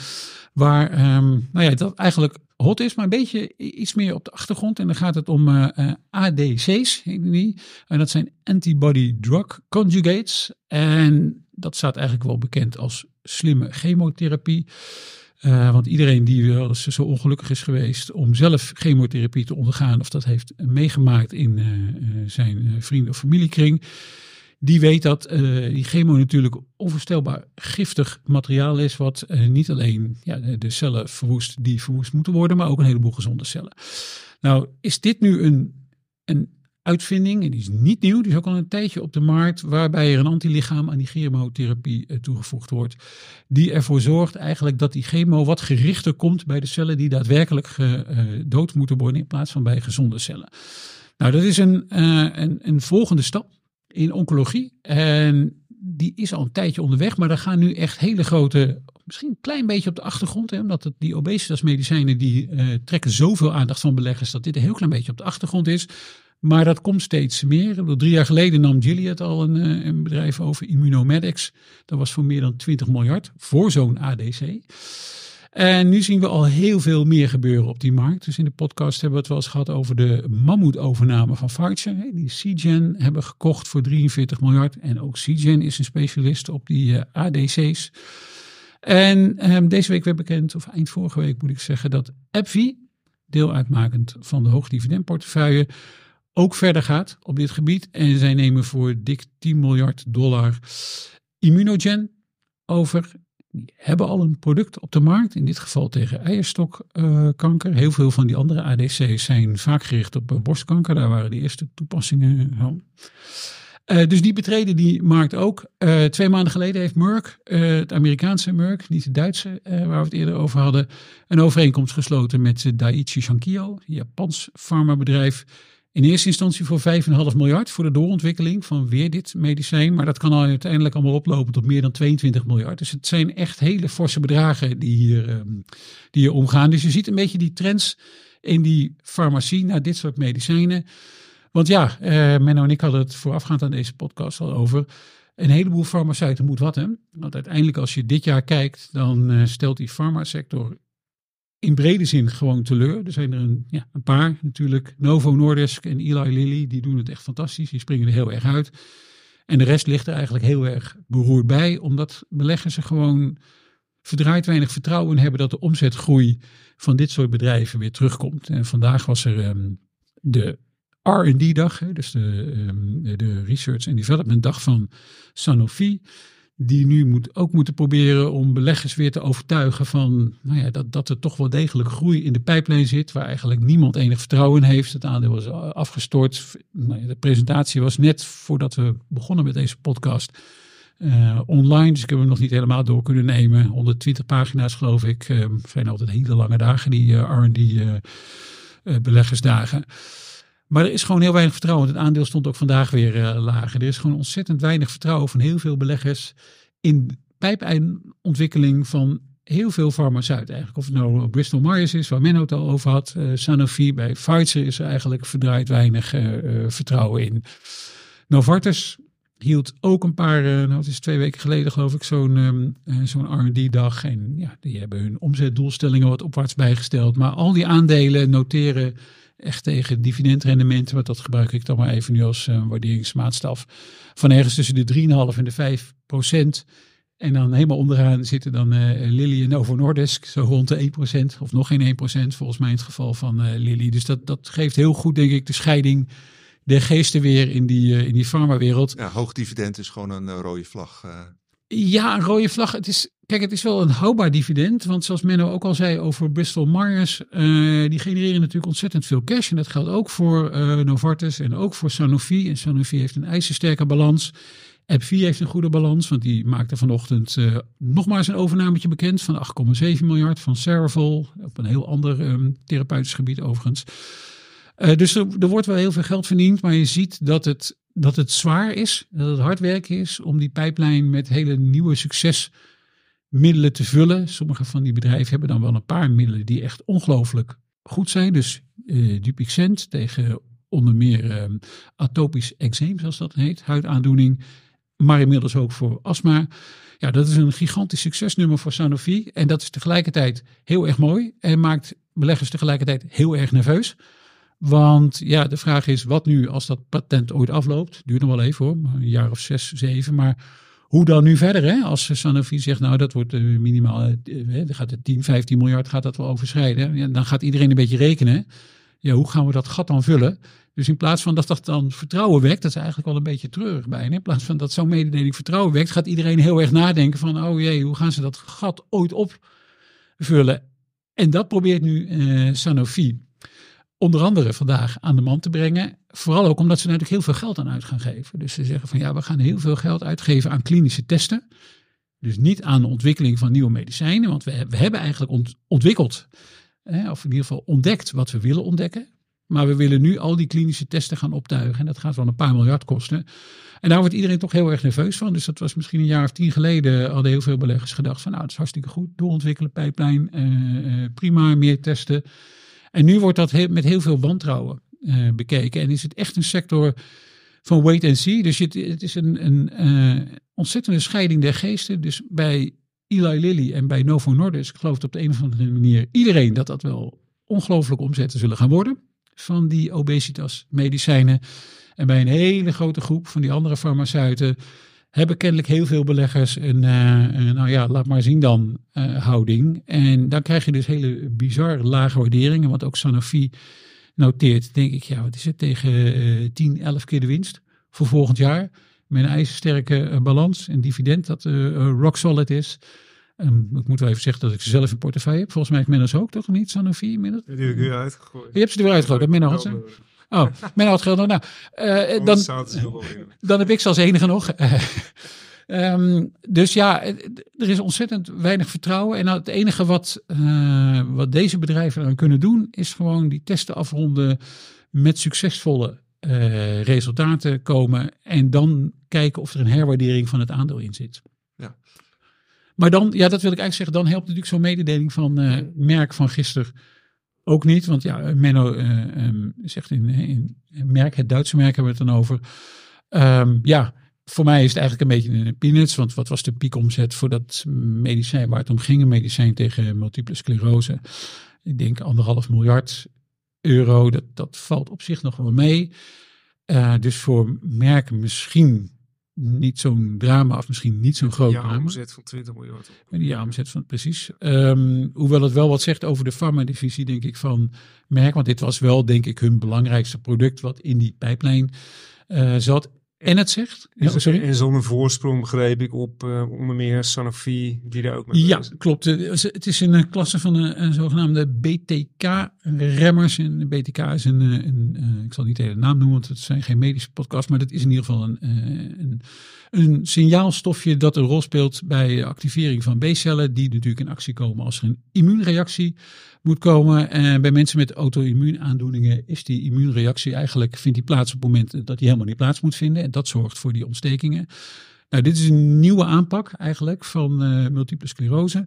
Waar um, nou ja, dat eigenlijk hot is, maar een beetje iets meer op de achtergrond. En dan gaat het om uh, uh, A D C's, heet die. En dat zijn antibody drug conjugates. En dat staat eigenlijk wel bekend als slimme chemotherapie. Uh, want iedereen die wel eens zo ongelukkig is geweest om zelf chemotherapie te ondergaan, of dat heeft meegemaakt in uh, zijn uh, vrienden- of familiekring, die weet dat uh, die chemo natuurlijk onvoorstelbaar giftig materiaal is, wat uh, niet alleen ja, de cellen verwoest die verwoest moeten worden, maar ook een heleboel gezonde cellen. Nou, is dit nu een, een uitvinding, en die is niet nieuw, die is ook al een tijdje op de markt, waarbij er een antilichaam aan die chemotherapie uh, toegevoegd wordt, die ervoor zorgt eigenlijk dat die chemo wat gerichter komt bij de cellen die daadwerkelijk gedood uh, moeten worden in plaats van bij gezonde cellen. Nou, dat is een, uh, een, een volgende stap in oncologie en die is al een tijdje onderweg, maar daar gaan nu echt hele grote, misschien een klein beetje op de achtergrond, hè, omdat het, die obesitasmedicijnen die uh, trekken zoveel aandacht van beleggers dat dit een heel klein beetje op de achtergrond is. Maar dat komt steeds meer. Drie jaar geleden nam Gilead al een, een bedrijf over, Immunomedics. Dat was voor meer dan twintig miljard voor zo'n A D C. En nu zien we al heel veel meer gebeuren op die markt. Dus in de podcast hebben we het wel eens gehad over de mammoetovername van Pfizer. Die Seagen hebben gekocht voor drieënveertig miljard. En ook Seagen is een specialist op die uh, A D C's. En um, deze week werd bekend, of eind vorige week moet ik zeggen, dat AbbVie, deel uitmakend van de hoogdividendportefeuille, ook verder gaat op dit gebied. En zij nemen voor dik tien miljard dollar Immunogen over. Die hebben al een product op de markt, in dit geval tegen eierstokkanker. Uh, Heel veel van die andere A D C's zijn vaak gericht op uh, borstkanker. Daar waren de eerste toepassingen van. Uh, dus die betreden die markt ook. Uh, twee maanden geleden heeft Merck, uh, het Amerikaanse Merck, niet het Duitse, uh, waar we het eerder over hadden, een overeenkomst gesloten met uh, Daiichi Sankyo, een Japans farmabedrijf. In eerste instantie voor vijf komma vijf miljard voor de doorontwikkeling van weer dit medicijn. Maar dat kan al uiteindelijk allemaal oplopen tot meer dan tweeëntwintig miljard. Dus het zijn echt hele forse bedragen die hier, um, die hier omgaan. Dus je ziet een beetje die trends in die farmacie naar dit soort medicijnen. Want ja, uh, Menno en ik hadden het voorafgaand aan deze podcast al over. Een heleboel farmaceuten moet wat, hè? Want uiteindelijk als je dit jaar kijkt, dan uh, stelt die farmasector in brede zin gewoon teleur. Er zijn er een, ja, een paar natuurlijk. Novo Nordisk en Eli Lilly, die doen het echt fantastisch. Die springen er heel erg uit. En de rest ligt er eigenlijk heel erg beroerd bij. Omdat beleggers er gewoon verdraaid weinig vertrouwen in hebben dat de omzetgroei van dit soort bedrijven weer terugkomt. En vandaag was er um, de R en D dag. Dus de, um, de Research and Development dag van Sanofi. die nu moet, ook moeten proberen om beleggers weer te overtuigen van nou ja, dat, dat er toch wel degelijk groei in de pijplijn zit, waar eigenlijk niemand enig vertrouwen in heeft. Het aandeel is afgestort. Nou ja, de presentatie was net voordat we begonnen met deze podcast uh, online, dus ik heb hem nog niet helemaal door kunnen nemen. honderdtwintig pagina's geloof ik. Uh, zijn altijd hele lange dagen, die uh, R en D uh, uh, beleggersdagen. Maar er is gewoon heel weinig vertrouwen. Het aandeel stond ook vandaag weer uh, lager. Er is gewoon ontzettend weinig vertrouwen van heel veel beleggers in de pijplijnontwikkeling van heel veel farmaceuten eigenlijk. Of het nou Bristol Myers is, waar Menno het al over had. Uh, Sanofi, bij Pfizer is er eigenlijk verdraaid weinig uh, uh, vertrouwen in. Novartis hield ook een paar, uh, nou het is twee weken geleden geloof ik, zo'n um, uh, zo'n R en D dag. En ja, die hebben hun omzetdoelstellingen wat opwaarts bijgesteld. Maar al die aandelen noteren echt tegen dividendrendementen, want dat gebruik ik dan maar even nu als uh, waarderingsmaatstaf, van ergens tussen de drie komma vijf en de vijf procent. En dan helemaal onderaan zitten dan uh, Lilly en Novo Nordisk, zo rond de één procent, of nog geen één procent, volgens mij in het geval van uh, Lilly. Dus dat, dat geeft heel goed, denk ik, de scheiding der geesten weer in die, uh, in die farmawereld. Ja, hoog dividend is gewoon een uh, rode vlag. Uh. Ja, een rode vlag. Het is, kijk, het is wel een houdbaar dividend. Want zoals Menno ook al zei over Bristol Myers, uh, die genereren natuurlijk ontzettend veel cash. En dat geldt ook voor uh, Novartis en ook voor Sanofi. En Sanofi heeft een ijzersterke balans. AbbVie heeft een goede balans, want die maakte vanochtend uh, nogmaals een overnametje bekend van acht komma zeven miljard van Cerevel. Op een heel ander um, therapeutisch gebied overigens. Uh, dus er, er wordt wel heel veel geld verdiend, maar je ziet dat het, dat het zwaar is, dat het hard werken is om die pijplijn met hele nieuwe succesmiddelen te vullen. Sommige van die bedrijven hebben dan wel een paar middelen die echt ongelooflijk goed zijn. Dus uh, Dupixent tegen onder meer uh, atopisch eczeem, zoals dat heet, huidaandoening, maar inmiddels ook voor astma. Ja, dat is een gigantisch succesnummer voor Sanofi en dat is tegelijkertijd heel erg mooi en maakt beleggers tegelijkertijd heel erg nerveus. Want ja, de vraag is, wat nu als dat patent ooit afloopt? Duurt nog wel even hoor, een jaar of zes, zeven. Maar hoe dan nu verder? Hè? Als Sanofi zegt, nou dat wordt uh, minimaal, uh, dan gaat het tien, vijftien miljard gaat dat wel overschrijden. Ja, dan gaat iedereen een beetje rekenen. Ja, hoe gaan we dat gat dan vullen? Dus in plaats van dat dat dan vertrouwen wekt, dat is eigenlijk wel een beetje treurig bij. In plaats van dat zo'n mededeling vertrouwen wekt, gaat iedereen heel erg nadenken van, oh jee, hoe gaan ze dat gat ooit opvullen? En dat probeert nu uh, Sanofi onder andere vandaag aan de man te brengen. Vooral ook omdat ze natuurlijk heel veel geld aan uit gaan geven. Dus ze zeggen van ja, we gaan heel veel geld uitgeven aan klinische testen. Dus niet aan de ontwikkeling van nieuwe medicijnen. Want we, we hebben eigenlijk ont, ontwikkeld, hè, of in ieder geval ontdekt wat we willen ontdekken. Maar we willen nu al die klinische testen gaan optuigen. En dat gaat wel een paar miljard kosten. En daar wordt iedereen toch heel erg nerveus van. Dus dat was misschien een jaar of tien geleden. Hadden heel veel beleggers gedacht van nou, het is hartstikke goed. Doorontwikkelen, pijplijn, uh, uh, prima, meer testen. En nu wordt dat heel, met heel veel wantrouwen uh, bekeken. En is het echt een sector van wait and see. Dus het, het is een, een uh, ontzettende scheiding der geesten. Dus bij Eli Lilly en bij Novo Nordisk gelooft op de een of andere manier iedereen dat dat wel ongelooflijk omzetten zullen gaan worden. Van die obesitas medicijnen. En bij een hele grote groep van die andere farmaceuten hebben kennelijk heel veel beleggers een, uh, uh, nou ja, laat maar zien dan, uh, houding. En dan krijg je dus hele bizar lage waarderingen. Want ook Sanofi noteert, denk ik, ja, wat is het, tegen uh, tien, elf keer de winst voor volgend jaar. Met een ijzersterke uh, balans, een dividend dat uh, uh, rock solid is. Um, ik moet wel even zeggen dat ik ze zelf in portefeuille heb. Volgens mij heeft Menno ze ook, toch niet, Sanofi inmiddels? Die heb ik weer uitgegooid. Je hebt ze er weer uitgegooid, dat Menno had ze. Oh, Menno had geld nog. Nou, uh, dan, dan heb ik ze als enige nog. um, dus ja, er is ontzettend weinig vertrouwen. En nou, het enige wat, uh, wat deze bedrijven aan kunnen doen, is gewoon die testen afronden met succesvolle uh, resultaten komen. En dan kijken of er een herwaardering van het aandeel in zit. Ja. Maar dan, ja, dat wil ik eigenlijk zeggen, dan helpt natuurlijk zo'n mededeling van uh, Merck van gisteren ook niet. Want ja, Menno uh, um, zegt in, in Merck, het Duitse merk hebben we het dan over. Um, ja, voor mij is het eigenlijk een beetje een peanuts. Want wat was de piekomzet voor dat medicijn waar het om ging? Een medicijn tegen multiple sclerose. Ik denk anderhalf miljard euro. Dat, dat valt op zich nog wel mee. Uh, dus voor Merck misschien niet zo'n drama of misschien niet zo'n groot drama. Ja, omzet van twintig miljard. Ja, omzet van, precies. Um, hoewel het wel wat zegt over de farma-divisie, denk ik, van Merck. Want dit was wel, denk ik, hun belangrijkste product wat in die pijplijn uh, zat. en het zegt. Ja, sorry. En zonder voorsprong begreep ik op uh, onder meer Sanofi, die daar ook mee Ja, bezig. klopt. Het is een klasse van een, een zogenaamde B T K-remmers. En de B T K is een, een, een, ik zal niet de hele naam noemen, want het zijn geen medische podcast, maar dat is in ieder geval een, een, een signaalstofje dat een rol speelt bij activering van B-cellen, die natuurlijk in actie komen als er een immuunreactie moet komen. En bij mensen met auto-immuunaandoeningen is die immuunreactie eigenlijk, vindt die plaats op het moment dat die helemaal niet plaats moet vinden. En dat zorgt voor die ontstekingen. Nou, dit is een nieuwe aanpak eigenlijk van uh, multiple sclerose.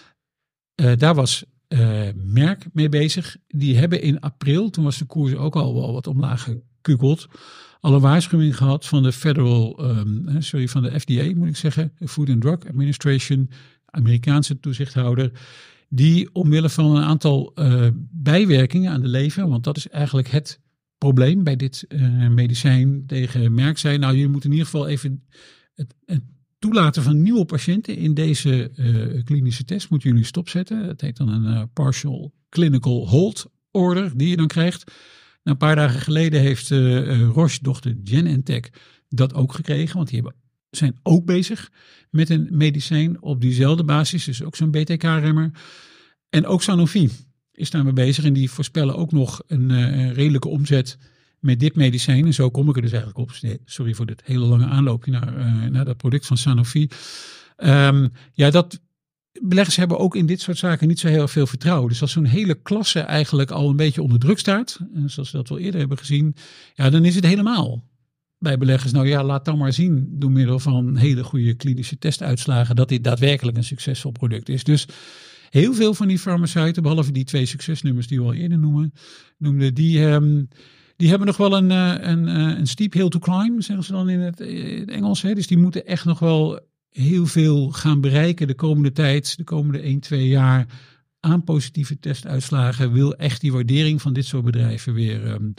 Uh, daar was uh, Merck mee bezig. Die hebben in april, toen was de koers ook al wel wat omlaag gekukeld, al een waarschuwing gehad van de Federal, um, sorry, van de F D A moet ik zeggen, de Food and Drug Administration, Amerikaanse toezichthouder, die omwille van een aantal uh, bijwerkingen aan de lever, want dat is eigenlijk het probleem bij dit uh, medicijn, tegen Merck zei, nou, jullie moeten in ieder geval even het, het toelaten van nieuwe patiënten in deze uh, klinische test moeten jullie stopzetten. Dat heet dan een uh, partial clinical hold order die je dan krijgt. Nou, een paar dagen geleden heeft uh, uh, Roche, dochter Genentech, dat ook gekregen, want die hebben, zijn ook bezig met een medicijn op diezelfde basis, dus ook zo'n B T K-remmer. En ook Sanofi is daarmee bezig en die voorspellen ook nog een, uh, een redelijke omzet met dit medicijn. En zo kom ik er dus eigenlijk op. Sorry voor dit hele lange aanloopje naar, uh, naar dat product van Sanofi. Um, ja, dat beleggers hebben ook in dit soort zaken niet zo heel veel vertrouwen. Dus als zo'n hele klasse eigenlijk al een beetje onder druk staat, zoals we dat wel eerder hebben gezien, ja, dan is het helemaal bij beleggers. Nou ja, laat dan maar zien door middel van hele goede klinische testuitslagen dat dit daadwerkelijk een succesvol product is. Dus heel veel van die farmaceuten, behalve die twee succesnummers die we al eerder noemen, noemden, die, um, die hebben nog wel een, een, een steep hill to climb, zeggen ze dan in het, in het Engels. Hè? Dus die moeten echt nog wel heel veel gaan bereiken de komende tijd, de komende één, twee jaar aan positieve testuitslagen. Wil echt die waardering van dit soort bedrijven weer, um,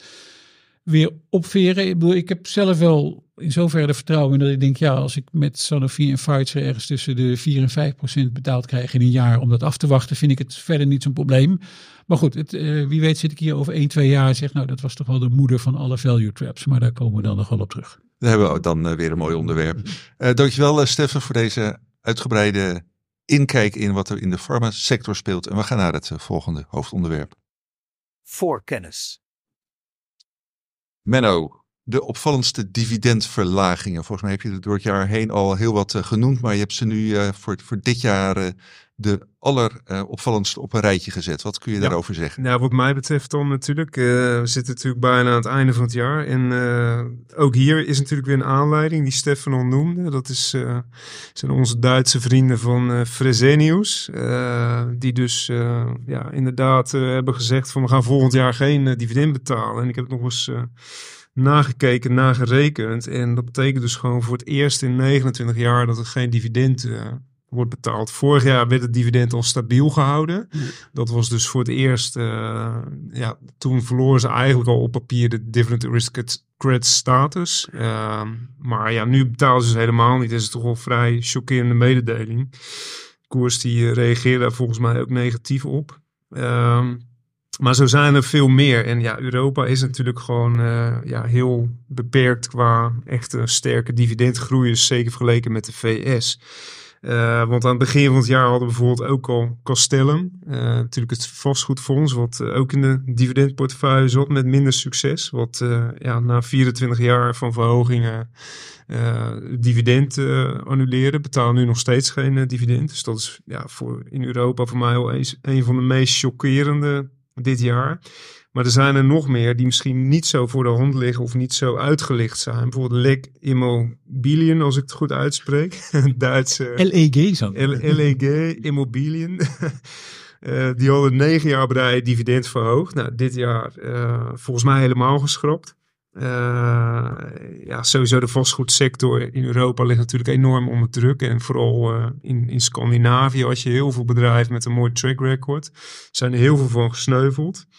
weer opveren. Ik bedoel, ik heb zelf wel in zoverre de vertrouwen in dat ik denk, ja, als ik met Sanofi en Pfizer ergens tussen de vier en vijf procent betaald krijg in een jaar om dat af te wachten, vind ik het verder niet zo'n probleem. Maar goed, het, uh, wie weet zit ik hier over één, twee jaar en zeg, nou, dat was toch wel de moeder van alle value traps. Maar daar komen we dan nog wel op terug. Daar hebben we dan uh, weer een mooi onderwerp. Uh, dankjewel, uh, Steffen, voor deze uitgebreide inkijk in wat er in de farmasector speelt. En we gaan naar het uh, volgende hoofdonderwerp. Voorkennis. Menno, de opvallendste dividendverlagingen. Volgens mij heb je er door het jaar heen al heel wat uh, genoemd, maar je hebt ze nu uh, voor, voor dit jaar uh, de alleropvallendste uh, op een rijtje gezet. Wat kun je ja. daarover zeggen? Nou, wat mij betreft dan natuurlijk, uh, we zitten natuurlijk bijna aan het einde van het jaar. En uh, ook hier is natuurlijk weer een aanleiding die Stefan al noemde. Dat is, uh, zijn onze Duitse vrienden van uh, Fresenius. Uh, die dus uh, ja, inderdaad uh, hebben gezegd van we gaan volgend jaar geen uh, dividend betalen. En ik heb het nog eens Uh, nagekeken, nagerekend. En dat betekent dus gewoon voor het eerst in negenentwintig jaar dat er geen dividend uh, wordt betaald. Vorig jaar werd het dividend al stabiel gehouden. Mm. Dat was dus voor het eerst, uh, ja, toen verloren ze eigenlijk al op papier de dividend aristocrat status. Uh, maar ja, nu betalen ze dus helemaal niet. Dat is toch wel vrij chockerende mededeling. De koers die uh, reageerde daar volgens mij ook negatief op. Uh, Maar zo zijn er veel meer. En ja, Europa is natuurlijk gewoon uh, ja, heel beperkt qua echte sterke dividendgroei. Dus zeker vergeleken met de V S. Uh, want aan het begin van het jaar hadden we bijvoorbeeld ook al Castellum. Uh, natuurlijk het vastgoedfonds, wat uh, ook in de dividendportefeuille zat met minder succes. Wat uh, ja, na vierentwintig jaar van verhogingen uh, dividend uh, annuleerde. Betalen nu nog steeds geen uh, dividend. Dus dat is ja, voor, in Europa voor mij wel eens een van de meest chockerende dit jaar. Maar er zijn er nog meer die misschien niet zo voor de hand liggen of niet zo uitgelicht zijn. Bijvoorbeeld Leg Immobilien, als ik het goed uitspreek. Duitse L E G zo. L E G Immobilien. uh, die hadden negen jaar op rij dividend verhoogd. Nou, dit jaar uh, volgens mij helemaal geschrapt. Uh, ja, sowieso de vastgoedsector in Europa ligt natuurlijk enorm onder druk. En vooral uh, in, in Scandinavië had je heel veel bedrijven met een mooi track record. Er zijn er heel veel van gesneuveld.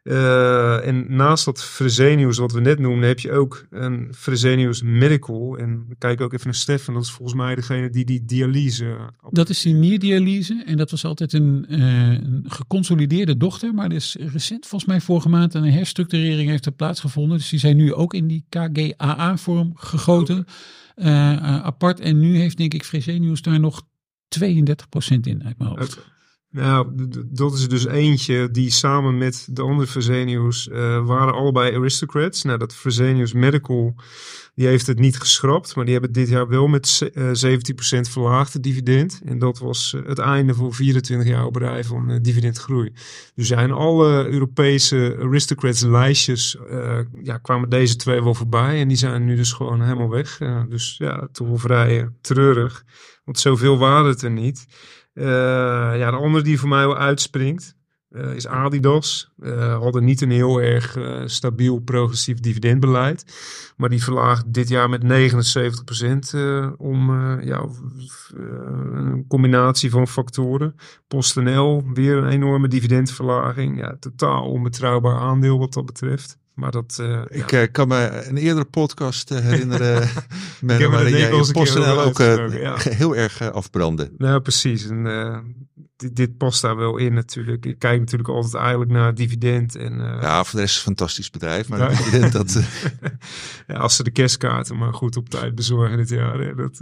Uh, en naast dat Fresenius wat we net noemden, heb je ook een Fresenius Medical. En we kijken ook even naar Stefan, dat is volgens mij degene die die dialyse... Op... Dat is die nierdialyse en dat was altijd een, uh, een geconsolideerde dochter. Maar er is recent, volgens mij vorige maand, een herstructurering heeft er plaatsgevonden. Dus die zijn nu ook in die K G A A-vorm gegoten, uh, uh, apart. En nu heeft denk ik Fresenius daar nog tweeëndertig procent in uit mijn hoofd. Okay. Nou, dat is dus eentje die samen met de andere Fresenius uh, waren allebei aristocrats. Nou, dat Fresenius Medical, die heeft het niet geschrapt, maar die hebben dit jaar wel met uh, zeventien procent verlaagd het dividend. En dat was uh, het einde voor vierentwintig jaar op rij van uh, dividendgroei. Dus zijn alle Europese aristocrats lijstjes, uh, ja, kwamen deze twee wel voorbij en die zijn nu dus gewoon helemaal weg. Uh, dus ja, toch wel vrij uh, treurig, want zoveel waren het er niet. Uh, ja, de andere die voor mij wel uitspringt uh, is Adidas. Uh, hadden niet een heel erg uh, stabiel progressief dividendbeleid. Maar die verlaagt dit jaar met negenenzeventig procent uh, om uh, ja, uh, een combinatie van factoren. PostNL, weer een enorme dividendverlaging. Ja, totaal onbetrouwbaar aandeel wat dat betreft. Maar dat, uh, ik ja. uh, kan me een eerdere podcast uh, herinneren met, waarin jij je PostNL ook uh, ja. heel erg uh, afbrandde. Nou, precies. En, uh, dit, dit past daar wel in natuurlijk. Ik kijk natuurlijk altijd eigenlijk naar dividend. En, uh, ja, voor de rest is het een fantastisch bedrijf. Maar ja. dividend, dat... Uh... ja, als ze de kerstkaarten maar goed op tijd bezorgen dit jaar. Hè, dat,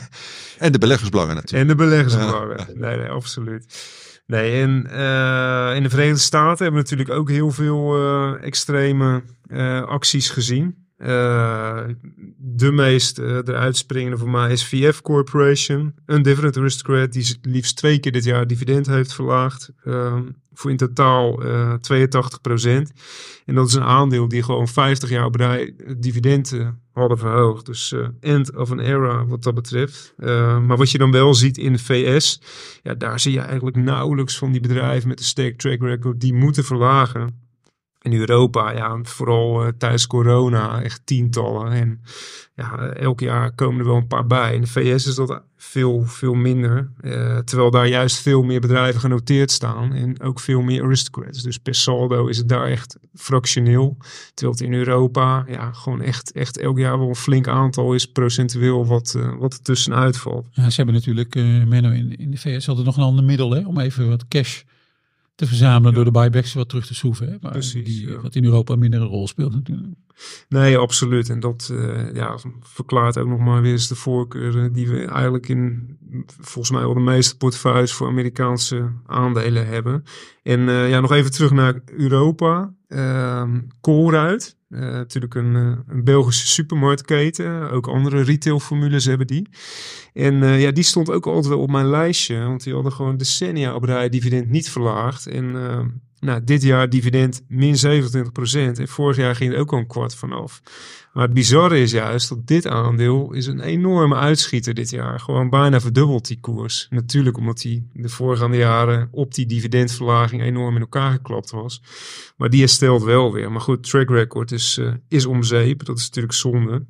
en de beleggersbelangen natuurlijk. En de beleggersbelangen. Ja. Nee, nee, absoluut. Nee, en uh, in de Verenigde Staten hebben we natuurlijk ook heel veel uh, extreme uh, acties gezien. Uh, de meest uh, eruit springende voor mij is V F Corporation, een dividend aristocrat die liefst twee keer dit jaar dividend heeft verlaagd. Uh, voor in totaal uh, tweeëntachtig procent. En dat is een aandeel die gewoon vijftig jaar op rij dividenden hadden verhoogd. Dus uh, end of an era wat dat betreft. Uh, maar wat je dan wel ziet in de V S, ja, daar zie je eigenlijk nauwelijks van die bedrijven met een sterk track record die moeten verlagen. In Europa, ja, vooral uh, tijdens corona, echt tientallen. En ja, elk jaar komen er wel een paar bij. In de V S is dat veel, veel minder. Uh, terwijl daar juist veel meer bedrijven genoteerd staan. En ook veel meer aristocrats. Dus per saldo is het daar echt fractioneel. Terwijl het in Europa, ja, gewoon echt, echt elk jaar wel een flink aantal is procentueel wat, uh, wat er tussenuit valt. Ja, ze hebben natuurlijk, uh, Menno, in, in de V S altijd nog een ander middel, hè, om even wat cash te verzamelen ja. door de buybacks wat terug te schroeven. Hè? Maar Precies, die, ja. wat in Europa minder een rol speelt natuurlijk. Nee, absoluut. En dat uh, ja, verklaart ook nog maar weer eens de voorkeur uh, die we eigenlijk in volgens mij wel de meeste portefeuilles voor Amerikaanse aandelen hebben. En uh, ja, nog even terug naar Europa. Uh, Colruyt, uh, natuurlijk een, uh, een Belgische supermarktketen. Ook andere retailformules hebben die. En uh, ja, die stond ook altijd wel op mijn lijstje. Want die hadden gewoon decennia op rij dividend niet verlaagd. En uh, nou, dit jaar dividend min zevenentwintig procent. En vorig jaar ging er ook al een kwart vanaf. Maar het bizarre is juist dat dit aandeel is een enorme uitschieter dit jaar. Gewoon bijna verdubbeld die koers. Natuurlijk omdat die de voorgaande jaren op die dividendverlaging enorm in elkaar geklapt was. Maar die herstelt wel weer. Maar goed, track record is, uh, is om zeep. Dat is natuurlijk zonde.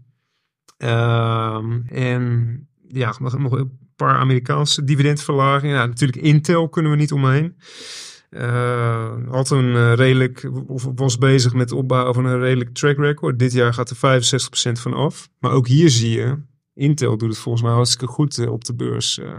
Um, en ja, nog, nog een paar Amerikaanse dividendverlagingen. Ja, natuurlijk Intel kunnen we niet omheen. Uh, had een uh, redelijk, of was bezig met het opbouwen van een redelijk track record. Dit jaar gaat er vijfenzestig procent van af. Maar ook hier zie je, Intel doet het volgens mij hartstikke goed uh, op de beurs. Uh,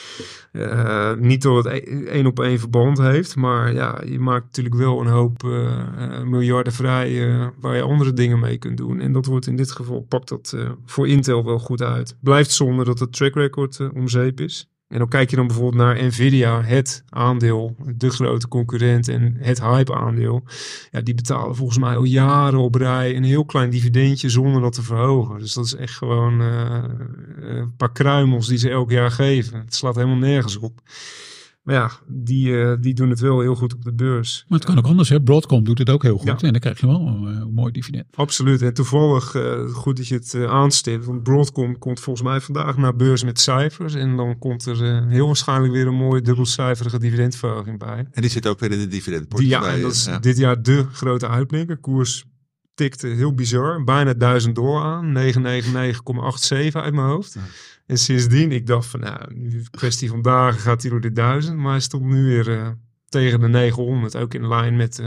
uh, niet dat het één op één verband heeft, maar ja, je maakt natuurlijk wel een hoop uh, uh, miljarden vrij uh, waar je andere dingen mee kunt doen. En dat wordt in dit geval, pakt dat uh, voor Intel wel goed uit. Blijft zonde dat het track record uh, om zeep is. En dan kijk je dan bijvoorbeeld naar Nvidia, het aandeel, de grote concurrent en het hype aandeel. Ja, die betalen volgens mij al jaren op rij een heel klein dividendje zonder dat te verhogen. Dus dat is echt gewoon uh, een paar kruimels die ze elk jaar geven. Het slaat helemaal nergens op. Maar ja, die, uh, die doen het wel heel goed op de beurs. Maar het kan ook anders, hè? Broadcom doet het ook heel goed. Ja. En dan krijg je wel een, een mooi dividend. Absoluut. En toevallig uh, goed dat je het uh, aanstipt. Want Broadcom komt volgens mij vandaag naar beurs met cijfers. En dan komt er uh, heel waarschijnlijk weer een mooie dubbelcijferige dividendverhoging bij. En die zit ook weer in de dividendportefeuille. Ja, en dat is ja. dit jaar de grote uitblinker. Koers tikte heel bizar. Bijna duizend dollar aan. negenhonderdnegenennegentig komma zevenentachtig uit mijn hoofd. Ja. En sindsdien, ik dacht van, nou, nu kwestie van dagen gaat hij door de duizend. Maar hij stond nu weer uh, tegen de negenhonderd. Ook in lijn met uh,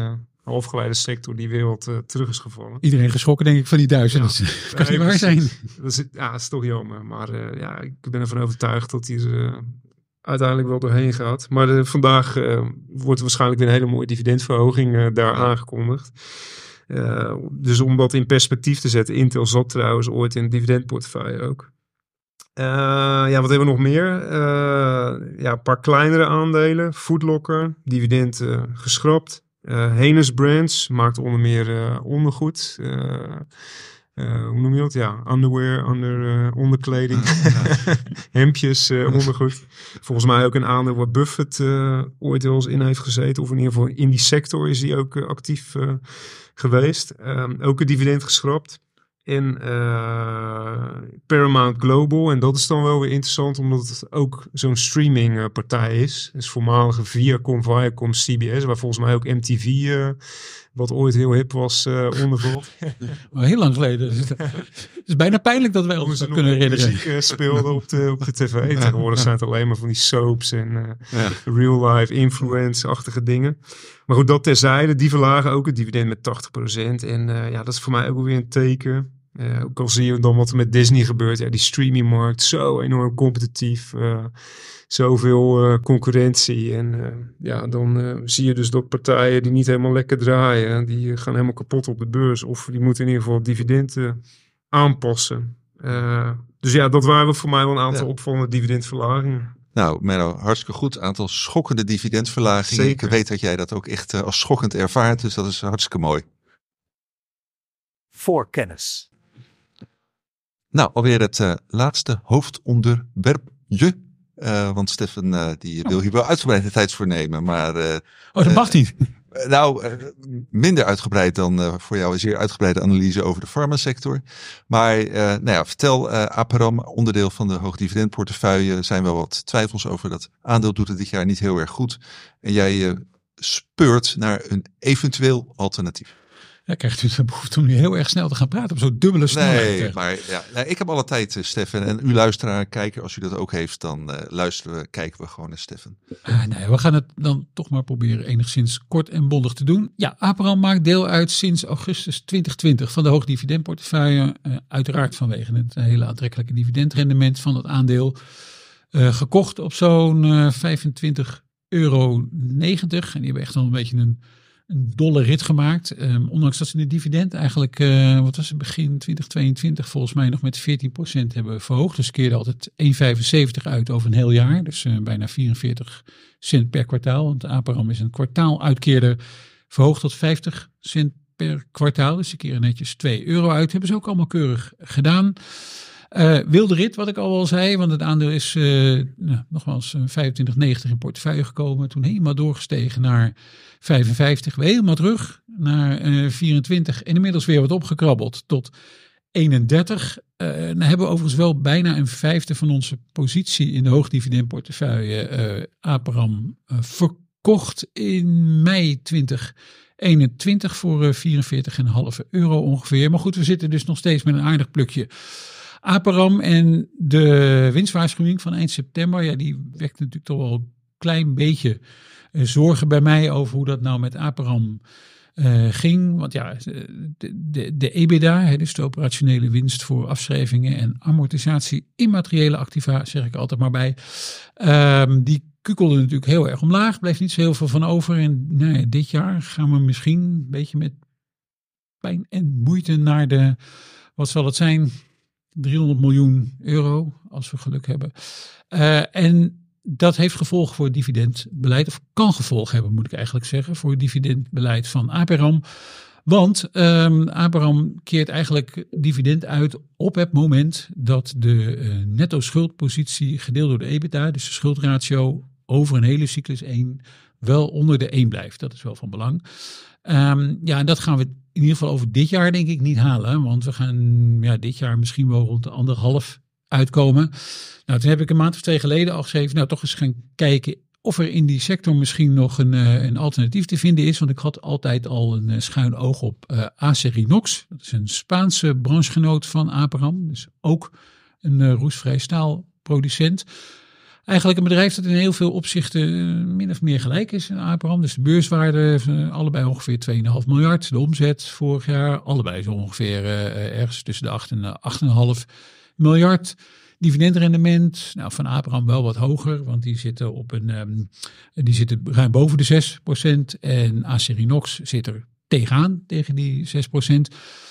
halfgeleide sector die weer wat uh, terug is gevallen. Iedereen geschrokken denk ik van die duizend. Ja. Dat kan niet waar zijn. Dat is, ja, dat is toch jammer. Maar uh, ja, ik ben ervan overtuigd dat hij er uh, uiteindelijk wel doorheen gaat. Maar uh, vandaag uh, wordt er waarschijnlijk weer een hele mooie dividendverhoging uh, daar aangekondigd. Uh, dus om dat in perspectief te zetten. Intel zat trouwens ooit in een dividendportefeuille ook. Uh, ja, wat hebben we nog meer? Uh, ja, een paar kleinere aandelen. Foot Locker, dividend uh, geschrapt. Uh, Hennes Brands maakt onder meer uh, ondergoed. Uh, uh, hoe noem je dat? Ja, underwear, onder, uh, onderkleding. Hemdjes, uh, ondergoed. Volgens mij ook een aandeel waar Buffett uh, ooit wel eens in heeft gezeten. Of in ieder geval in die sector is hij ook uh, actief uh, geweest. Uh, ook een dividend geschrapt. En uh, Paramount Global. En dat is dan wel weer interessant, omdat het ook zo'n streamingpartij is. Dus voormalige Viacom, Viacom, C B S, waar volgens mij ook M T V, uh, wat ooit heel hip was, uh, ondervalt. Maar heel lang geleden. Het is bijna pijnlijk dat wij ons dat kunnen herinneren. Muziek uh, speelde op de, op de tv. Tegenwoordig zijn het alleen maar van die soaps en uh, ja. real-life influence-achtige dingen. Maar goed, dat terzijde. Die verlagen ook het dividend met tachtig procent. En uh, ja, dat is voor mij ook weer een teken. Uh, ook al zie je dan wat er met Disney gebeurt. Ja, die streamingmarkt, zo enorm competitief. Uh, zoveel uh, concurrentie. En uh, ja, dan uh, zie je dus dat partijen die niet helemaal lekker draaien. Die uh, gaan helemaal kapot op de beurs. Of die moeten in ieder geval dividenden aanpassen. Uh, dus ja, dat waren voor mij wel een aantal ja. opvallende dividendverlagingen. Nou, Menno, hartstikke goed. Aantal schokkende dividendverlagingen. Zeker. Ik weet dat jij dat ook echt uh, als schokkend ervaart. Dus dat is hartstikke mooi. Voor kennis. Nou, alweer het uh, laatste hoofdonderwerpje. Uh, want Stefan uh, die wil hier wel uitgebreid de tijd voor nemen. Maar, uh, oh, dat mag niet. Uh, nou, uh, minder uitgebreid dan uh, voor jou een zeer uitgebreide analyse over de farmasector. Maar uh, nou ja, vertel, uh, Aperam, onderdeel van de hoogdividendportefeuille. Zijn wel wat twijfels over dat aandeel. Doet het dit jaar niet heel erg goed. En jij uh, speurt naar een eventueel alternatief. Ja, krijgt u de behoefte om nu heel erg snel te gaan praten op zo'n dubbele snelheid. Nee, maar ja, nou, ik heb alle tijd, uh, Stefan. En u luisteraar, kijker, als u dat ook heeft, dan uh, luisteren we, kijken we gewoon naar Stefan. Ah, nee, we gaan het dan toch maar proberen enigszins kort en bondig te doen. Ja, Aperam maakt deel uit sinds augustus twintig twintig van de hoogdividendportefeuille. Uh, uiteraard vanwege het hele aantrekkelijke dividendrendement van het aandeel. Uh, gekocht op zo'n uh, vijfentwintig euro negentig. En die hebben echt wel een beetje een... een dolle rit gemaakt. Um, ondanks dat ze de dividend eigenlijk, uh, wat was het, begin twintig tweeëntwintig volgens mij nog met veertien procent hebben verhoogd. Dus keerde altijd één komma vijfenzeventig uit over een heel jaar. Dus uh, bijna vierenveertig cent per kwartaal. Want Aperam is een kwartaaluitkeerder, verhoogd tot vijftig cent per kwartaal. Dus ze keren netjes twee euro uit. Hebben ze ook allemaal keurig gedaan. Uh, wilde rit, wat ik al wel zei, want het aandeel is uh, nou, nogmaals uh, vijfentwintig negentig in portefeuille gekomen. Toen helemaal doorgestegen naar vijfenvijftig, weer helemaal terug naar uh, vierentwintig en inmiddels weer wat opgekrabbeld tot eenendertig. Uh, nou hebben we overigens wel bijna een vijfde van onze positie in de hoogdividendportefeuille uh, Aperam uh, verkocht in mei twintig eenentwintig voor uh, vierenveertig komma vijf euro ongeveer. Maar goed, we zitten dus nog steeds met een aardig plukje Aperam en de winstwaarschuwing van eind september, ja, die wekt natuurlijk toch wel een klein beetje uh, zorgen bij mij over hoe dat nou met Aperam uh, ging. Want ja, de, de, de EBITDA, hè, dus de operationele winst voor afschrijvingen en amortisatie immateriële activa, zeg ik altijd maar bij, um, die kukelde natuurlijk heel erg omlaag, bleef niet zo heel veel van over. En nou ja, dit jaar gaan we misschien een beetje met pijn en moeite naar de, wat zal het zijn, driehonderd miljoen euro, als we geluk hebben. Uh, en dat heeft gevolg voor het dividendbeleid, of kan gevolg hebben, moet ik eigenlijk zeggen, voor het dividendbeleid van Aperam. Want um, Aperam keert eigenlijk dividend uit op het moment dat de uh, netto schuldpositie gedeeld door de EBITDA, dus de schuldratio over een hele cyclus één, wel onder de één blijft. Dat is wel van belang. Um, ja, en dat gaan we in ieder geval over dit jaar denk ik niet halen. Want we gaan ja, dit jaar misschien wel rond de anderhalf uitkomen. Nou, toen heb ik een maand of twee geleden al geschreven, nou toch eens gaan kijken of er in die sector misschien nog een, uh, een alternatief te vinden is. Want ik had altijd al een uh, schuin oog op uh, Acerinox. Dat is een Spaanse branchegenoot van Aperam. Dus ook een uh, roestvrij staalproducent. eigenlijk een bedrijf dat in heel veel opzichten uh, min of meer gelijk is aan Aperam. Dus de beurswaarde, uh, allebei ongeveer twee komma vijf miljard. De omzet vorig jaar, allebei zo ongeveer uh, ergens tussen de acht en acht komma vijf miljard. Dividendrendement, nou van Aperam wel wat hoger, want die zitten op een, um, die zitten ruim boven de zes procent. En Acerinox zit er tegenaan, tegen die zes procent.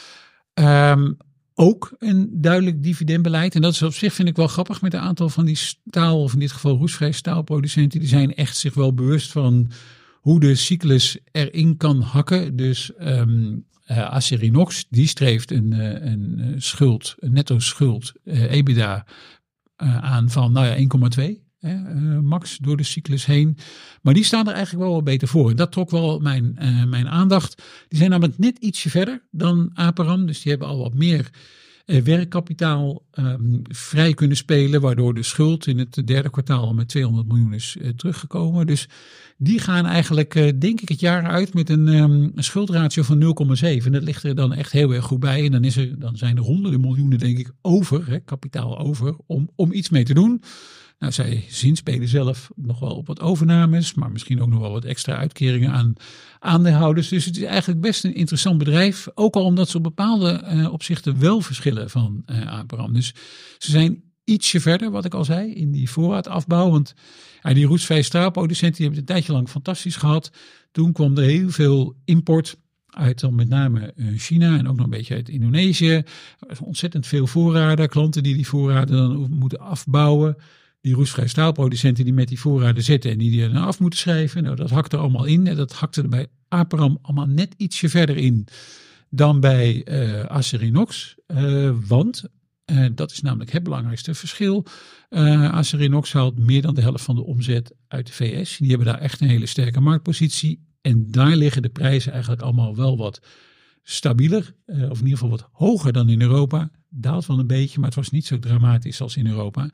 Um, ook een duidelijk dividendbeleid. En dat is op zich, vind ik wel grappig, met een aantal van die staal, of in dit geval roestvrij staalproducenten, die zijn echt zich wel bewust van hoe de cyclus erin kan hakken. Dus um, uh, Acerinox, die streeft een, uh, een schuld, een netto schuld, uh, EBITDA uh, aan van nou ja, één komma twee. Uh, max door de cyclus heen. Maar die staan er eigenlijk wel wat beter voor. En dat trok wel mijn, uh, mijn aandacht. Die zijn namelijk net ietsje verder dan Aperam. Dus die hebben al wat meer uh, werkkapitaal um, vrij kunnen spelen. Waardoor de schuld in het derde kwartaal al met tweehonderd miljoen is uh, teruggekomen. Dus die gaan eigenlijk, uh, denk ik, het jaar uit met een, um, een schuldratio van nul komma zeven. En dat ligt er dan echt heel erg goed bij. En dan, is er, dan zijn er honderden miljoenen, denk ik, over. Hè, kapitaal over. Om, om iets mee te doen. Nou, zij zinspelen zelf nog wel op wat overnames, maar misschien ook nog wel wat extra uitkeringen aan aandeelhouders. Dus het is eigenlijk best een interessant bedrijf, ook al omdat ze op bepaalde uh, opzichten wel verschillen van uh, Aperam. Dus ze zijn ietsje verder, wat ik al zei, in die voorraadafbouw. Want ja, die roestvrij staalproducenten die hebben het een tijdje lang fantastisch gehad. Toen kwam er heel veel import uit dan met name China en ook nog een beetje uit Indonesië. Er was ontzettend veel voorraden, klanten die die voorraden dan moeten afbouwen. Die roestvrij staalproducenten die met die voorraden zitten en die die er af moeten schrijven. Nou, dat hakt er allemaal in. En dat hakte er bij Aperam allemaal net ietsje verder in dan bij uh, Acerinox. Uh, want, uh, dat is namelijk het belangrijkste verschil. Uh, Acerinox haalt meer dan de helft van de omzet uit de V S. Die hebben daar echt een hele sterke marktpositie. En daar liggen de prijzen eigenlijk allemaal wel wat stabieler. Uh, of in ieder geval wat hoger dan in Europa. Daalt wel een beetje, maar het was niet zo dramatisch als in Europa.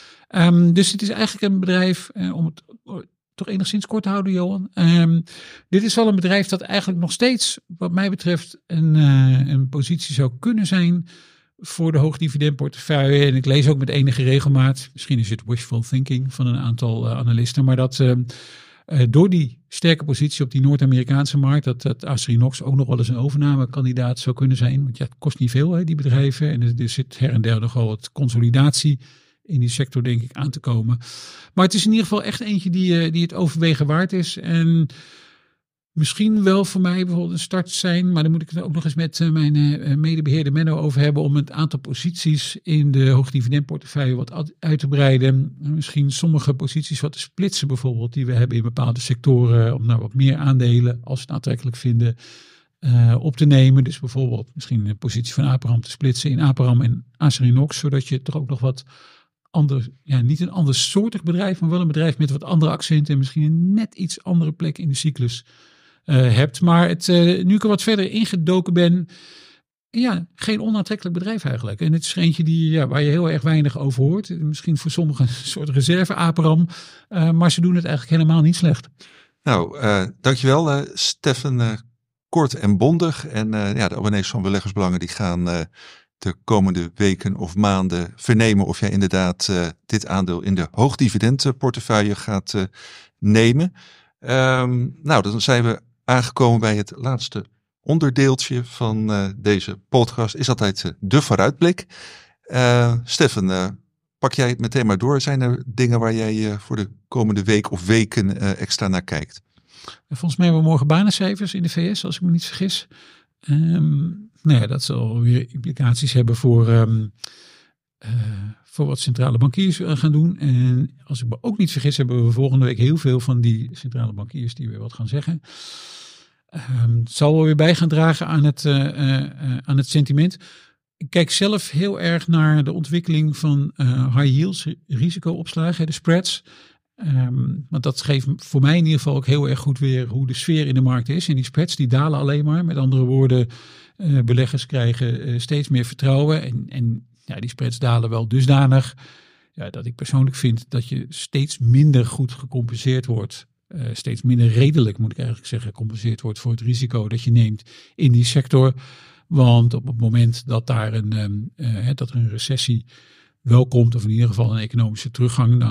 Um, dus het is eigenlijk een bedrijf, uh, om het uh, toch enigszins kort te houden, Johan. Um, dit is wel een bedrijf dat eigenlijk nog steeds, wat mij betreft, een, uh, een positie zou kunnen zijn voor de hoogdividendportefeuille. En ik lees ook met enige regelmaat, misschien is het wishful thinking van een aantal uh, analisten, maar dat uh, uh, door die sterke positie op die Noord-Amerikaanse markt, dat, dat Acerinox ook nog wel eens een overnamekandidaat zou kunnen zijn. Want ja, het kost niet veel, hè, die bedrijven. En er, er zit her en der nogal wat consolidatie in die sector, denk ik, aan te komen. Maar het is in ieder geval echt eentje die, die het overwegen waard is. En misschien wel voor mij bijvoorbeeld een start zijn. Maar dan moet ik het ook nog eens met mijn medebeheerder Menno over hebben. Om het aantal posities in de hoogdividendportefeuille wat uit te breiden. Misschien sommige posities wat te splitsen bijvoorbeeld. Die we hebben in bepaalde sectoren. Om nou wat meer aandelen, als we het aantrekkelijk vinden, Uh, op te nemen. Dus bijvoorbeeld misschien de positie van Aperam te splitsen in Aperam en Acerinox. Zodat je toch ook nog wat ander, ja, niet een ander soortig bedrijf, maar wel een bedrijf met wat andere accenten en misschien een net iets andere plek in de cyclus uh, hebt. Maar het, uh, nu ik er wat verder ingedoken ben, ja, geen onaantrekkelijk bedrijf eigenlijk. En het is eentje die, ja, waar je heel erg weinig over hoort. Misschien voor sommigen een soort reserve Aperam, uh, maar ze doen het eigenlijk helemaal niet slecht. Nou, uh, dankjewel uh, Steffen. Uh, kort en bondig. En uh, ja, de abonnees van Beleggersbelangen die gaan uh, de komende weken of maanden vernemen of jij inderdaad uh, dit aandeel in de hoogdividendportefeuille gaat uh, nemen. Um, nou, dan zijn we aangekomen bij het laatste onderdeeltje van uh, deze podcast. Is altijd uh, de vooruitblik. Uh, Steffen, uh, pak jij het meteen maar door. Zijn er dingen waar jij uh, voor de komende week of weken uh, extra naar kijkt? Volgens mij hebben we morgen banencijfers in de V S, als ik me niet vergis. Um, nou ja, dat zal weer implicaties hebben voor, um, uh, voor wat centrale bankiers gaan doen. En als ik me ook niet vergis, hebben we volgende week heel veel van die centrale bankiers die weer wat gaan zeggen. Um, het zal wel weer bij gaan dragen aan het, uh, uh, aan het sentiment. Ik kijk zelf heel erg naar de ontwikkeling van uh, high yields, risicoopslagen, de spreads. Um, want dat geeft voor mij in ieder geval ook heel erg goed weer hoe de sfeer in de markt is. En die spreads die dalen alleen maar. Met andere woorden, uh, beleggers krijgen uh, steeds meer vertrouwen. En, en ja, die spreads dalen wel dusdanig ja, dat ik persoonlijk vind dat je steeds minder goed gecompenseerd wordt. Uh, steeds minder redelijk, moet ik eigenlijk zeggen, gecompenseerd wordt voor het risico dat je neemt in die sector. Want op het moment dat daar een, um, uh, dat er een recessie wel komt, of in ieder geval een economische teruggang, dan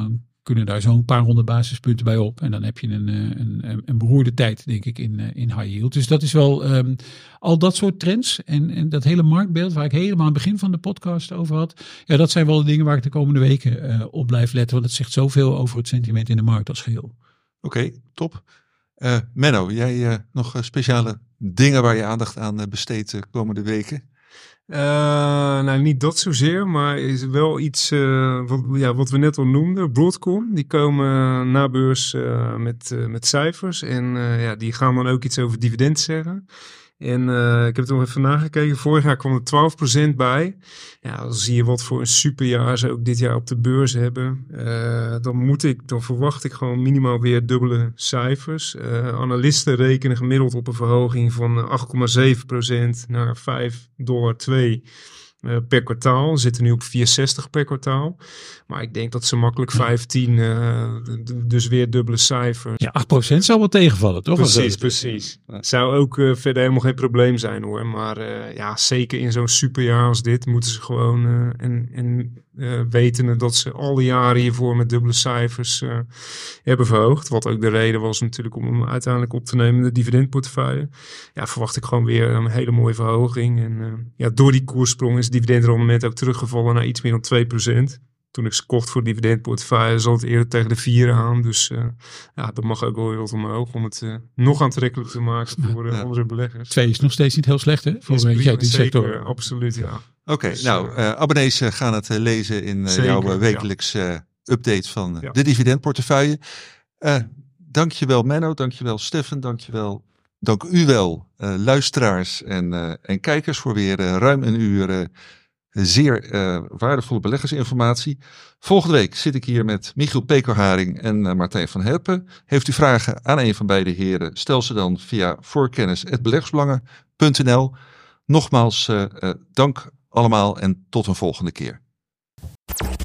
kunnen daar zo'n paar honderd basispunten bij op. En dan heb je een, een, een beroerde tijd, denk ik, in, in high yield. Dus dat is wel um, al dat soort trends. En, en dat hele marktbeeld waar ik helemaal aan het begin van de podcast over had. Ja, dat zijn wel de dingen waar ik de komende weken uh, op blijf letten. Want het zegt zoveel over het sentiment in de markt als geheel. Oké, okay, top. Uh, Menno, jij uh, nog uh, speciale dingen waar je aandacht aan uh, besteedt de komende weken? Uh, nou, niet dat zozeer, maar is wel iets uh, wat, ja, wat we net al noemden. Broadcom, die komen uh, na beurs uh, met, uh, met cijfers en uh, ja, die gaan dan ook iets over dividend zeggen. En uh, ik heb het nog even nagekeken. Vorig jaar kwam er twaalf procent bij. Ja, dan zie je wat voor een superjaar ze ook dit jaar op de beurs hebben. Uh, dan moet ik, dan verwacht ik gewoon minimaal weer dubbele cijfers. Uh, analisten rekenen gemiddeld op een verhoging van acht komma zeven procent naar vijf komma twee dollar Uh, per kwartaal. We zitten nu op vier komma zestig per kwartaal. Maar ik denk dat ze makkelijk vijftien, uh, d- dus weer dubbele cijfers. Ja, acht procent zou wel tegenvallen, toch? Precies, precies. Het zou ook uh, verder helemaal geen probleem zijn hoor. Maar uh, ja, zeker in zo'n superjaar als dit moeten ze gewoon uh, en, en uh, wetende dat ze al die jaren hiervoor met dubbele cijfers uh, hebben verhoogd. Wat ook de reden was natuurlijk om hem uiteindelijk op te nemen in de dividendportefeuille. Ja, verwacht ik gewoon weer een hele mooie verhoging. En uh, ja, door die koerssprong is het dividendrendement ook teruggevallen naar iets meer dan twee procent. Toen ik ze kocht voor dividendportefeuille zat het eerder tegen de vier aan. Dus uh, ja, dat mag ook wel weer wat omhoog om het uh, nog aantrekkelijk te maken voor uh, ja. andere beleggers. Twee is nog steeds niet heel slecht, hè? Voor een beetje die sector. Absoluut, ja. Oké, okay, dus, nou, uh, abonnees uh, gaan het uh, lezen in uh, jouw uh, wekelijkse uh, update van uh, ja. de dividendportefeuille. Uh, dankjewel Menno, dankjewel Steffen, dankjewel. Dank u wel, uh, luisteraars en, uh, en kijkers, voor weer uh, ruim een uur uh, zeer uh, waardevolle beleggersinformatie. Volgende week zit ik hier met Michiel Pekerharing en uh, Martijn van Herpen. Heeft u vragen aan een van beide heren, stel ze dan via voorkennis apenstaartje beleggersbelangen punt n l. Nogmaals, uh, uh, dank allemaal en tot een volgende keer.